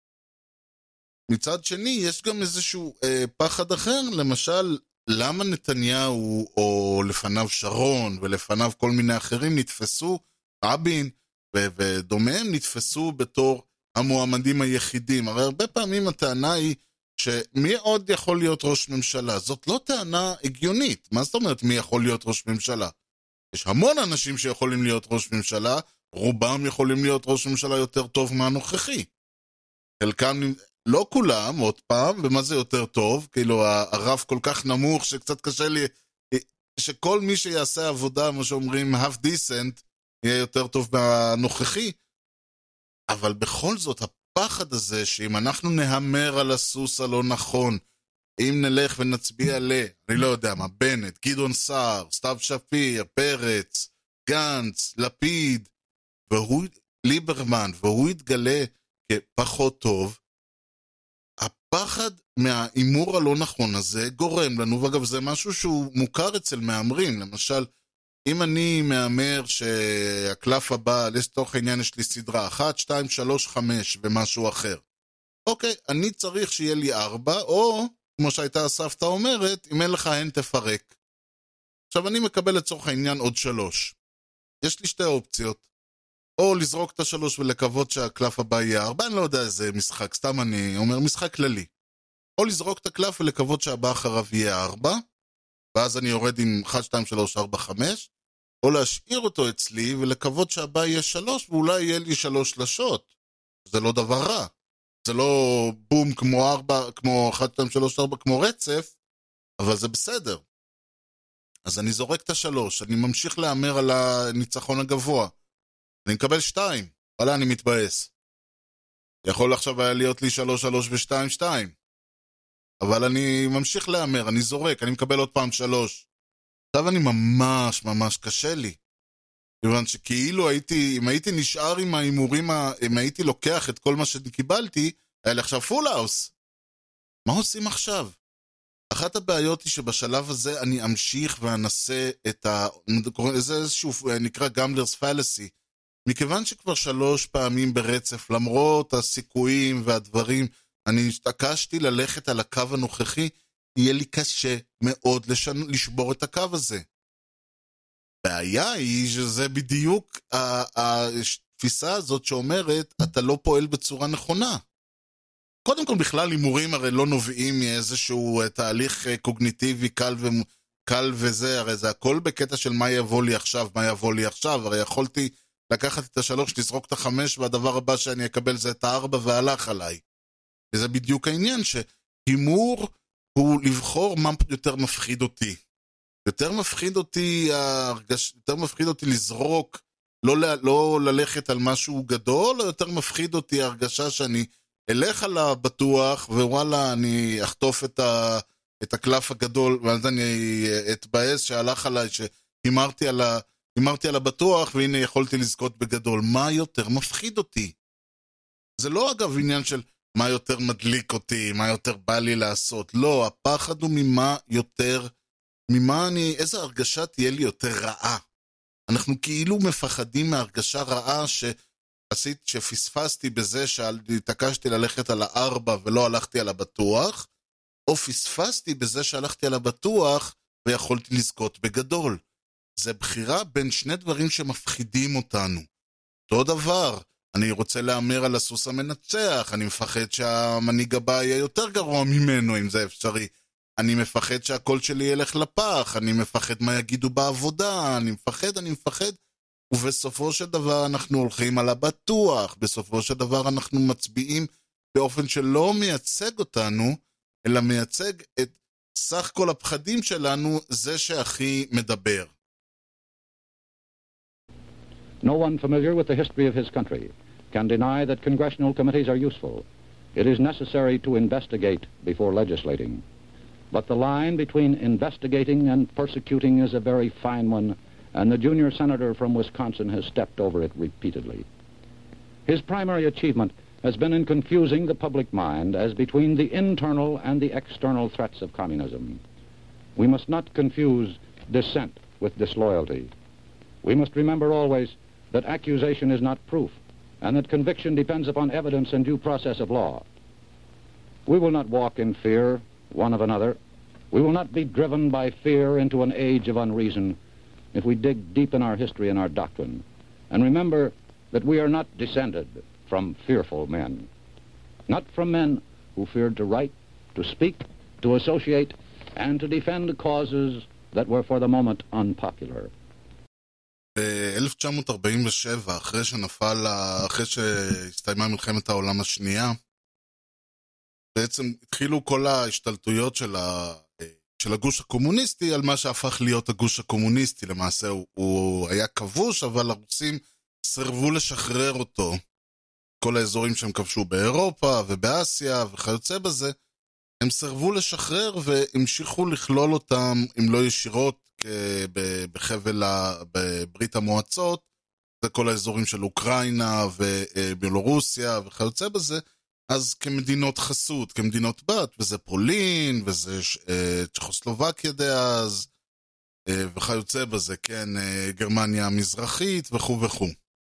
מצד שני, יש גם איזשהו אה, פחד אחר, למשל, למה נתניהו או לפניו שרון ולפניו כל מיני אחרים נתפסו, רבין ו- ודומיהם נתפסו בתור המועמדים היחידים. הרי הרבה פעמים הטענה היא שמי עוד יכול להיות ראש ממשלה? זאת לא טענה הגיונית. מה זאת אומרת מי יכול להיות ראש ממשלה? יש המון אנשים שיכולים להיות ראש ממשלה, רובם יכולים להיות ראש ממשלה יותר טוב מהנוכחי. חלקם, לא כולם, עוד פעם, ומה זה יותר טוב? כאילו הרף כל כך נמוך שקצת קשה לי, שכל מי שיעשה עבודה, מה שאומרים, half decent, יהיה יותר טוב מהנוכחי. אבל בכל זאת, הפחד הזה, שאם אנחנו נהמר על הסוס הלא נכון, אם נלך ונצביע ל, אני לא יודע מה, בנט, גדעון סער, סתיו שפיר, פרץ, גנץ, לפיד, והוא, ליברמן, והוא יתגלה כפחות טוב, הפחד מהאימור הלא נכון הזה גורם לנו, ואגב זה משהו שהוא מוכר אצל מאמרים, למשל, אם אני מאמר שהקלף הבא, לתוך העניין יש לי סדרה, אחת, שתיים, שלוש, חמש ומשהו אחר. אוקיי, אני צריך שיהיה לי ארבע, או, כמו שהייתה הסבתא אומרת, אם אין לך הן תפרק. עכשיו אני מקבל לצורך העניין עוד שלוש. יש לי שתי אופציות. או לזרוק את השלוש ולקוות שהקלף הבא יהיה ארבע, אני לא יודע איזה משחק, סתם אני אומר משחק כללי. או לזרוק את הקלף ולקוות שהבא אחריו יהיה ארבע, ואז אני יורד עם אחת, שתיים, שלוש, ארבע, חמש, או להשאיר אותו אצלי ולקוות שהבא יהיה שלוש, ואולי יהיה לי שלוש שלשות. זה לא דבר רע. זה לא בום כמו ארבע, כמו אחת, שתיים, שלוש, ארבע, כמו רצף, אבל זה בסדר. אז אני זורק את השלוש, אני ממשיך לאמר על הניצחון הגבוה. אני מקבל שתיים, וואלה אני מתבאס. יכול עכשיו היה להיות לי שלוש, שלוש ושתיים, שתיים. אבל אני ממשיך להמר, אני זורק, אני מקבל עוד פעם שלוש. עכשיו אני ממש ממש קשה לי. כיוון שכאילו הייתי, אם הייתי נשאר עם האימורים, אם הייתי לוקח את כל מה שקיבלתי, היה לי עכשיו פול האוס. מה עושים עכשיו? אחת הבעיות היא שבשלב הזה אני אמשיך ואנסה את ה... זה איזשהו נקרא גמבלרס פלסי. מכיוון שכבר שלוש פעמים ברצף, למרות הסיכויים והדברים, אני התעקשתי ללכת על הקו הנוכחי, יהיה לי קשה מאוד לשנ... לשבור את הקו הזה. הבעיה היא שזה בדיוק התפיסה הזאת שאומרת, אתה לא פועל בצורה נכונה. קודם כל בכלל הימורים הרי לא נובעים מאיזשהו תהליך קוגניטיבי קל, ו... קל וזה, הרי זה הכל בקטע של מה יבוא לי עכשיו, מה יבוא לי עכשיו, הרי יכולתי לקחת את השלוש, לזרוק את החמש, והדבר הבא שאני אקבל זה את הארבע והלך עליי. וזה בדיוק העניין, שהימור הוא לבחור מה יותר מפחיד אותי. יותר מפחיד אותי, יותר מפחיד אותי לזרוק, לא, לא ללכת על משהו גדול, או יותר מפחיד אותי הרגשה שאני אלך על הבטוח, ווואלה, אני אחטוף את, ה, את הקלף הגדול, ואז אני אתבאס שהלך עליי, שהימרתי על, ה, הימרתי על הבטוח, והנה יכולתי לזכות בגדול. מה יותר מפחיד אותי? זה לא אגב עניין של מה יותר מדליק אותי, מה יותר בא לי לעשות. לא, הפחד הוא ממה יותר, ממה אני, איזה הרגשה תהיה לי יותר רעה. אנחנו כאילו מפחדים מהרגשה רעה שעשית, שפספסתי בזה שהתעקשתי ללכת על הארבע ולא הלכתי על הבטוח, או פספסתי בזה שהלכתי על הבטוח ויכולתי לזכות בגדול. זה בחירה בין שני דברים שמפחידים אותנו. אותו דבר, אני רוצה לאמר על הסוס המנצח, אני מפחד שהמנהיג הבא יהיה יותר גרוע ממנו, אם זה אפשרי. אני מפחד שהקול שלי ילך לפח, אני מפחד מה יגידו בעבודה, אני מפחד, אני מפחד, ובסופו של דבר אנחנו הולכים על הבטוח, בסופו של דבר אנחנו מצביעים באופן שלא מייצג אותנו, אלא מייצג את סך כל הפחדים שלנו, זה שהכי מדבר. No one familiar with the history of his country can deny that congressional committees are useful. It is necessary to investigate before legislating. But the line between investigating and persecuting is a very fine one, and the junior senator from Wisconsin has stepped over it repeatedly. His primary achievement has been in confusing the public mind as between the internal and the external threats of communism. We must not confuse dissent with disloyalty. We must remember always that accusation is not proof, and that conviction depends upon evidence and due process of law. We will not walk in fear one of another. We will not be driven by fear into an age of unreason if we dig deep in our history and our doctrine, and remember that we are not descended from fearful men, not from men who feared to write, to speak, to associate, and to defend causes that were for the moment unpopular. ב-אלף תשע מאות ארבעים ושבע, אחרי שנפל, אחרי שהסתיימה מלחמת העולם השנייה, בעצם התחילו כל ההשתלטויות של, ה, של הגוש הקומוניסטי על מה שהפך להיות הגוש הקומוניסטי. למעשה הוא, הוא היה כבוש, אבל הרוסים סרבו לשחרר אותו. כל האזורים שהם כבשו באירופה ובאסיה וכיוצא בזה, הם סרבו לשחרר והמשיכו לכלול אותם, אם לא ישירות, בחבל, בברית המועצות, זה כל האזורים של אוקראינה ובלורוסיה וכיוצא בזה, אז כמדינות חסות, כמדינות בת, וזה פולין, וזה צ'כוסלובקיה דאז, וכיוצא בזה, כן, גרמניה המזרחית וכו' וכו'.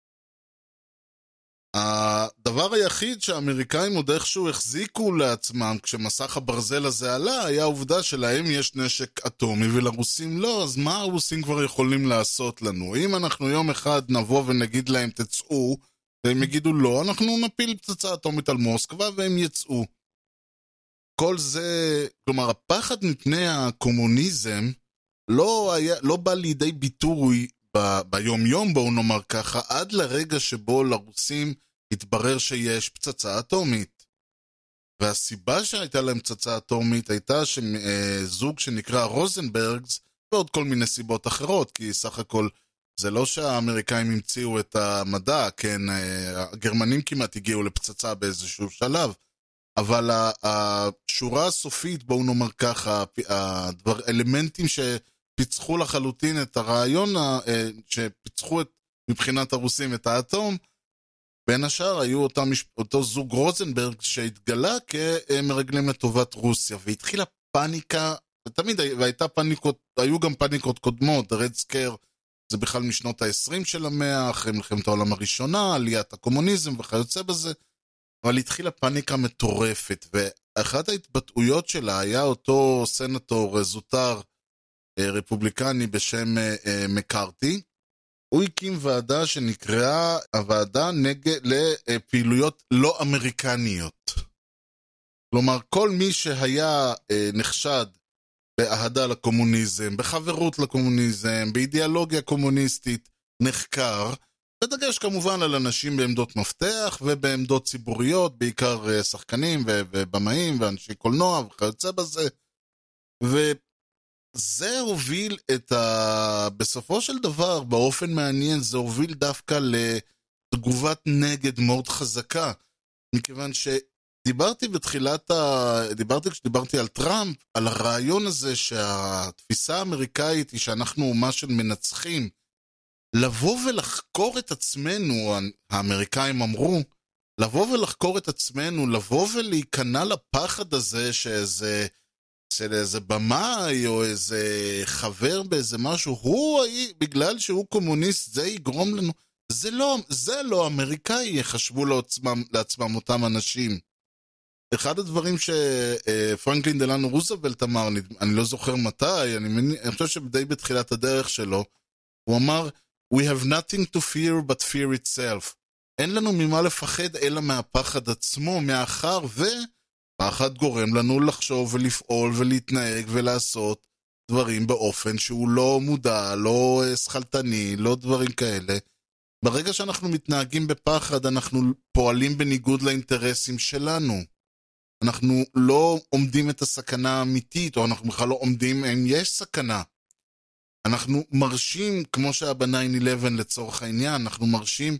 הדבר היחיד שהאמריקאים עוד איכשהו החזיקו לעצמם כשמסך הברזל הזה עלה, היה העובדה שלהם יש נשק אטומי ולרוסים לא, אז מה הרוסים כבר יכולים לעשות לנו? אם אנחנו יום אחד נבוא ונגיד להם תצאו, והם יגידו לא, אנחנו נפיל פצצה אטומית על מוסקבה והם יצאו. כל זה, כלומר, הפחד מפני הקומוניזם לא, היה, לא בא לידי ביטוי ב, ביום יום, בואו נאמר ככה, עד לרגע שבו לרוסים התברר שיש פצצה אטומית. והסיבה שהייתה להם פצצה אטומית הייתה שזוג שנקרא רוזנברגס, ועוד כל מיני סיבות אחרות, כי סך הכל זה לא שהאמריקאים המציאו את המדע, כן, הגרמנים כמעט הגיעו לפצצה באיזשהו שלב, אבל השורה הסופית, בואו נאמר ככה, האלמנטים שפיצחו לחלוטין את הרעיון, שפיצחו את, מבחינת הרוסים את האטום, בין השאר היו אותה, אותו זוג רוזנברג שהתגלה כמרגלים לטובת רוסיה, והתחילה פאניקה, ותמיד והייתה פאניקות, היו גם פאניקות קודמות, רד סקר, זה בכלל משנות ה-עשרים של המאה, אחרי מלחמת העולם הראשונה, עליית הקומוניזם וכיוצא בזה, אבל התחילה פאניקה מטורפת, ואחת ההתבטאויות שלה היה אותו סנטור זוטר רפובליקני בשם מקארתי, הוא הקים ועדה שנקראה הוועדה נגד לפעילויות לא אמריקניות. כלומר, כל מי שהיה נחשד באהדה לקומוניזם, בחברות לקומוניזם, באידיאולוגיה קומוניסטית, נחקר, בדגש כמובן על אנשים בעמדות מפתח ובעמדות ציבוריות, בעיקר שחקנים ובמאים ואנשי קולנוע וכיוצא בזה, וזה הוביל את ה... בסופו של דבר, באופן מעניין, זה הוביל דווקא לתגובת נגד מאוד חזקה, מכיוון שדיברתי בתחילת ה... דיברתי כשדיברתי על טראמפ, על הרעיון הזה שהתפיסה האמריקאית היא שאנחנו אומה של מנצחים, לבוא ולחקור את עצמנו, האמריקאים אמרו, לבוא ולחקור את עצמנו, לבוא ולהיכנע לפחד הזה שאיזה, של איזה במאי או איזה חבר באיזה משהו, הוא, בגלל שהוא קומוניסט, זה יגרום לנו, זה לא, זה לא אמריקאי, יחשבו לעצמם, לעצמם אותם אנשים. אחד הדברים שפרנקלין דלנו רוזוולט אמר, אני, אני לא זוכר מתי, אני, אני חושב שדי בתחילת הדרך שלו, הוא אמר, We have nothing to fear but fear itself. אין לנו ממה לפחד אלא מהפחד עצמו, מאחר ופחד גורם לנו לחשוב ולפעול ולהתנהג ולעשות דברים באופן שהוא לא מודע, לא שכלתני, לא דברים כאלה. ברגע שאנחנו מתנהגים בפחד, אנחנו פועלים בניגוד לאינטרסים שלנו. אנחנו לא עומדים את הסכנה האמיתית, או אנחנו בכלל לא עומדים אם יש סכנה. אנחנו מרשים, כמו שהיה ב-ניין אלבן לצורך העניין, אנחנו מרשים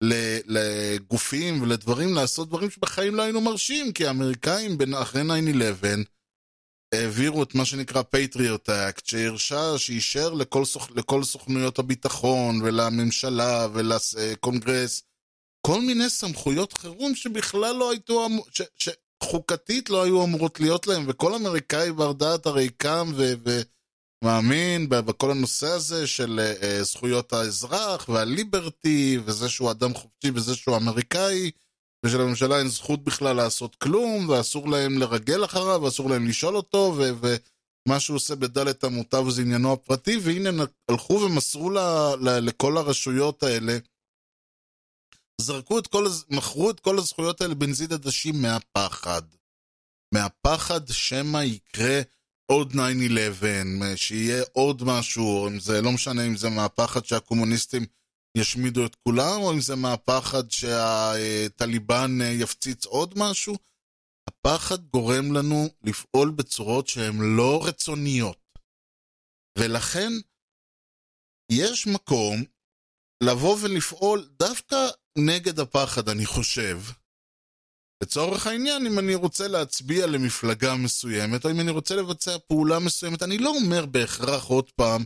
לגופים ולדברים לעשות דברים שבחיים לא היינו מרשים, כי האמריקאים אחרי ניין אלבן העבירו את מה שנקרא Patriot Act, שהרשה, שאישר לכל, סוכ... לכל סוכנויות הביטחון ולממשלה ולקונגרס, כל מיני סמכויות חירום שבכלל לא הייתו, ש... שחוקתית לא היו אמורות להיות להם, וכל אמריקאי בר דעת הרי קם ו... ו... מאמין בכל הנושא הזה של uh, זכויות האזרח והליברטי, וזה שהוא אדם חופשי וזה שהוא אמריקאי, ושלממשלה אין זכות בכלל לעשות כלום, ואסור להם לרגל אחריו, ואסור להם לשאול אותו, ומה שהוא עושה בדלת המוטב זה עניינו הפרטי, והנה הלכו ומסרו לה, לה, לכל הרשויות האלה, זרקו את כל, מכרו את כל הזכויות האלה בנזיד עדשים מהפחד. מהפחד שמה יקרה עוד ניין אלבן, שיהיה עוד משהו, אם זה לא משנה אם זה מהפחד שהקומוניסטים ישמידו את כולם, או אם זה מהפחד שהטליבן יפציץ עוד משהו. הפחד גורם לנו לפעול בצורות שהן לא רצוניות. ולכן יש מקום לבוא ולפעול דווקא נגד הפחד, אני חושב. לצורך העניין, אם אני רוצה להצביע למפלגה מסוימת, או אם אני רוצה לבצע פעולה מסוימת, אני לא אומר בהכרח עוד פעם,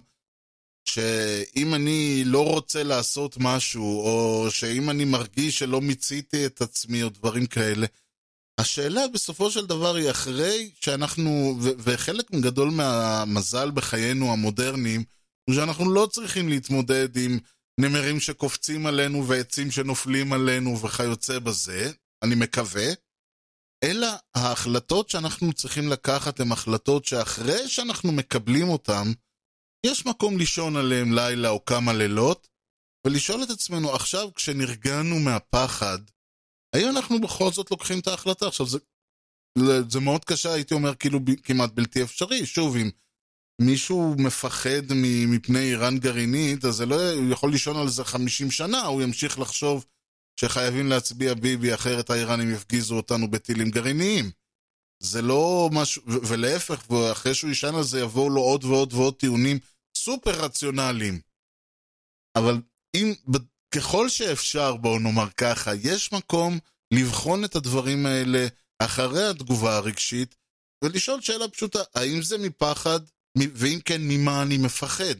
שאם אני לא רוצה לעשות משהו, או שאם אני מרגיש שלא מיציתי את עצמי, או דברים כאלה, השאלה בסופו של דבר היא אחרי שאנחנו, ו- וחלק גדול מהמזל בחיינו המודרניים, הוא שאנחנו לא צריכים להתמודד עם נמרים שקופצים עלינו, ועצים שנופלים עלינו, וכיוצא בזה, אני מקווה, אלא ההחלטות שאנחנו צריכים לקחת הן החלטות שאחרי שאנחנו מקבלים אותן, יש מקום לישון עליהם לילה או כמה לילות, ולשאול את עצמנו עכשיו כשנרגענו מהפחד, האם אנחנו בכל זאת לוקחים את ההחלטה? עכשיו זה, זה מאוד קשה, הייתי אומר כאילו כמעט בלתי אפשרי, שוב אם מישהו מפחד מפני איראן גרעינית, אז זה לא, הוא יכול לישון על זה חמישים שנה, הוא ימשיך לחשוב שחייבים להצביע ביבי, אחרת האיראנים יפגיזו אותנו בטילים גרעיניים. זה לא משהו, ו- ולהפך, ואחרי שהוא ישן על זה יבואו לו עוד ועוד ועוד טיעונים סופר רציונליים. אבל אם, ככל שאפשר, בואו נאמר ככה, יש מקום לבחון את הדברים האלה אחרי התגובה הרגשית, ולשאול שאלה פשוטה, האם זה מפחד, ואם כן, ממה אני מפחד?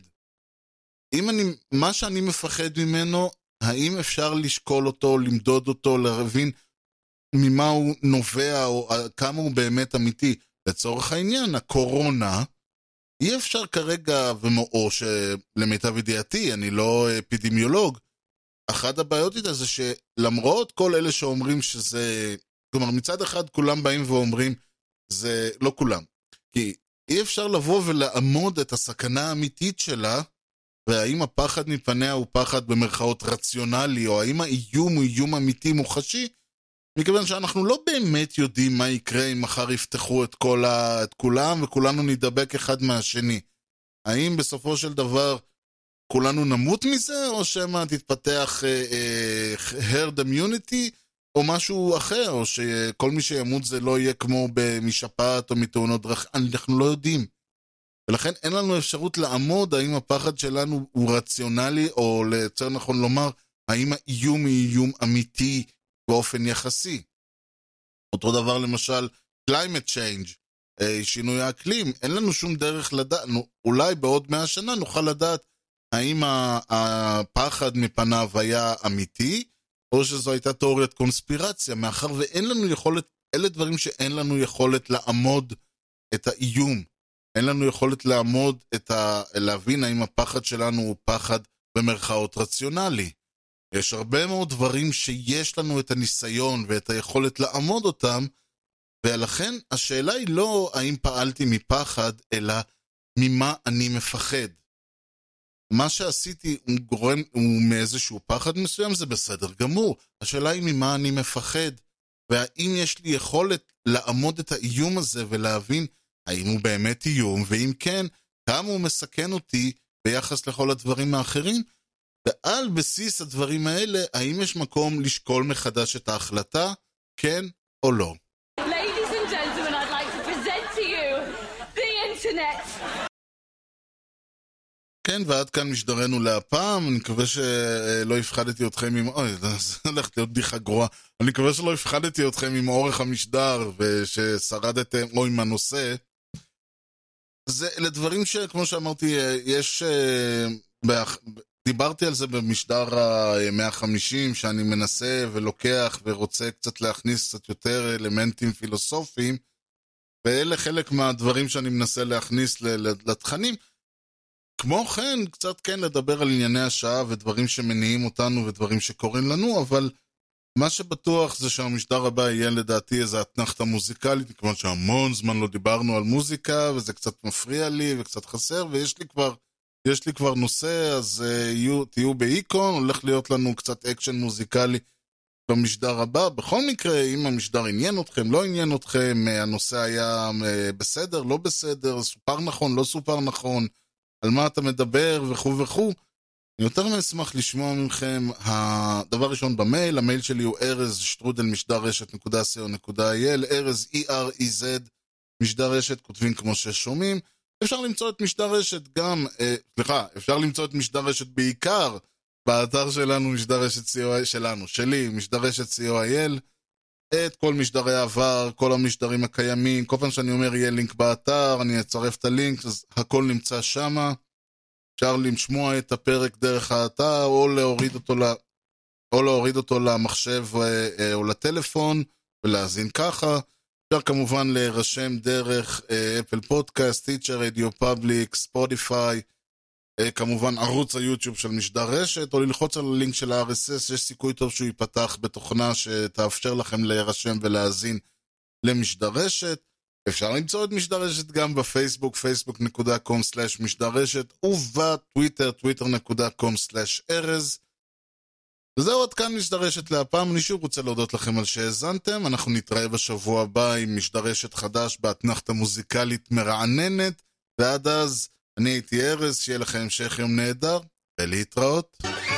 אם אני, מה שאני מפחד ממנו, האם אפשר לשקול אותו, למדוד אותו, להבין ממה הוא נובע, או כמה הוא באמת אמיתי? לצורך העניין, הקורונה, אי אפשר כרגע, או שלמיטב ידיעתי, אני לא אפידמיולוג, אחת הבעיות איתה זה שלמרות כל אלה שאומרים שזה, כלומר מצד אחד כולם באים ואומרים, זה לא כולם, כי אי אפשר לבוא ולעמוד את הסכנה האמיתית שלה, והאם הפחד מפניה הוא פחד במרכאות רציונלי, או האם האיום הוא איום אמיתי מוחשי, מכיוון שאנחנו לא באמת יודעים מה יקרה אם מחר יפתחו את, כל ה... את כולם, וכולנו נדבק אחד מהשני. האם בסופו של דבר כולנו נמות מזה, או שמה תתפתח אה, אה, herd immunity, או משהו אחר, או שכל מי שימות זה לא יהיה כמו משפעת או מתאונות דרכים, אנחנו לא יודעים. ולכן אין לנו אפשרות לעמוד האם הפחד שלנו הוא רציונלי, או ליותר נכון לומר, האם האיום הוא איום אמיתי באופן יחסי. אותו דבר למשל, climate change, שינוי האקלים, אין לנו שום דרך לדעת, אולי בעוד מאה שנה נוכל לדעת האם הפחד מפניו היה אמיתי, או שזו הייתה תיאוריית קונספירציה, מאחר ואין לנו יכולת, אלה דברים שאין לנו יכולת לעמוד את האיום, אין לנו יכולת לעמוד את ה... להבין האם הפחד שלנו הוא פחד במרכאות רציונלי. יש הרבה מאוד דברים שיש לנו את הניסיון ואת היכולת לעמוד אותם, ולכן השאלה היא לא האם פעלתי מפחד, אלא ממה אני מפחד. מה שעשיתי הוא, גורם, הוא מאיזשהו פחד מסוים, זה בסדר גמור. השאלה היא ממה אני מפחד, והאם יש לי יכולת לעמוד את האיום הזה ולהבין האם הוא באמת איום, ואם כן, כמה הוא מסכן אותי ביחס לכל הדברים האחרים, ועל בסיס הדברים האלה, האם יש מקום לשקול מחדש את ההחלטה, כן או לא. Ladies and gentlemen, I'd like to present to you the internet. כן, ועד כאן משדרנו להפעם, אני מקווה שלא הפחדתי אתכם עם... אוי, זה הולך להיות בדיחה גרועה. אני מקווה שלא הפחדתי אתכם עם אורך המשדר, וששרדתם או עם הנושא. זה לדברים שכמו שאמרתי, יש... דיברתי על זה במשדר ה-מאה וחמישים, שאני מנסה ולוקח ורוצה קצת להכניס קצת יותר אלמנטים פילוסופיים, ואלה חלק מהדברים שאני מנסה להכניס לתכנים. כמו כן, קצת כן לדבר על ענייני השעה ודברים שמניעים אותנו ודברים שקורים לנו, אבל מה שבטוח זה שהמשדר הבא יהיה לדעתי איזו אתנחתה מוזיקלית, כמו שהמון זמן לא דיברנו על מוזיקה, וזה קצת מפריע לי וקצת חסר, ויש לי כבר, יש לי כבר נושא, אז uh, יהיו, תהיו באיקון, הולך להיות לנו קצת אקשן מוזיקלי במשדר הבא. בכל מקרה, אם המשדר עניין אתכם, לא עניין אתכם, הנושא היה uh, בסדר, לא בסדר, סופר נכון, לא סופר נכון, על מה אתה מדבר וכו' וכו'. אני יותר מאשמח לשמוע מכם. הדבר ראשון במייל, המייל שלי הוא ארז שטרודל משדר רשת נקודה סי או נקודה איי אל, ארז אי אר אי זד משדר רשת, כותבים כמו ששומעים. אפשר למצוא את משדר רשת גם, אה, סליחה, אפשר למצוא את משדר רשת בעיקר באתר שלנו, משדר רשת סי או איי אל, שלנו, שלי, משדר רשת סי או איי אל, את כל משדרי העבר, כל המשדרים הקיימים, כל פעם שאני אומר יהיה לינק באתר, אני אצרף את הלינק, אז הכל נמצא שמה. אפשר לשמוע את הפרק דרך האתר, או להוריד אותו, לה, או להוריד אותו למחשב או לטלפון, ולהזין ככה. אפשר כמובן להירשם דרך אפל פודקאסט, טיצ'ר, רדיו פאבליק, ספוטיפיי, כמובן ערוץ היוטיוב של משדר רשת, או ללחוץ על הלינק של ה-אר אס אס, יש סיכוי טוב שהוא ייפתח בתוכנה שתאפשר לכם להירשם ולהזין למשדר רשת. אפשר למצוא את משדר רשת גם בפייסבוק, פייסבוק נקודה קום סלש משדר רשת, ובטוויטר, טוויטר נקודה קום סלש ארז. וזהו, עד כאן משדר רשת להפעם. אני שוב רוצה להודות לכם על שהאזנתם. אנחנו נתראה בשבוע הבא עם משדר רשת חדש באתנחתה מוזיקלית מרעננת, ועד אז אני הייתי ארז, שיהיה לכם המשך יום נהדר, ולהתראות.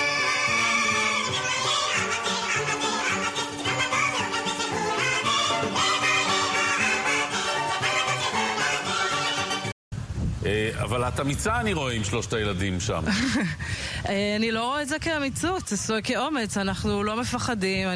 אבל את אמיצה אני רואה עם שלושת הילדים שם. אני לא רואה את זה כאמיצות, זה כאומץ, אנחנו לא מפחדים.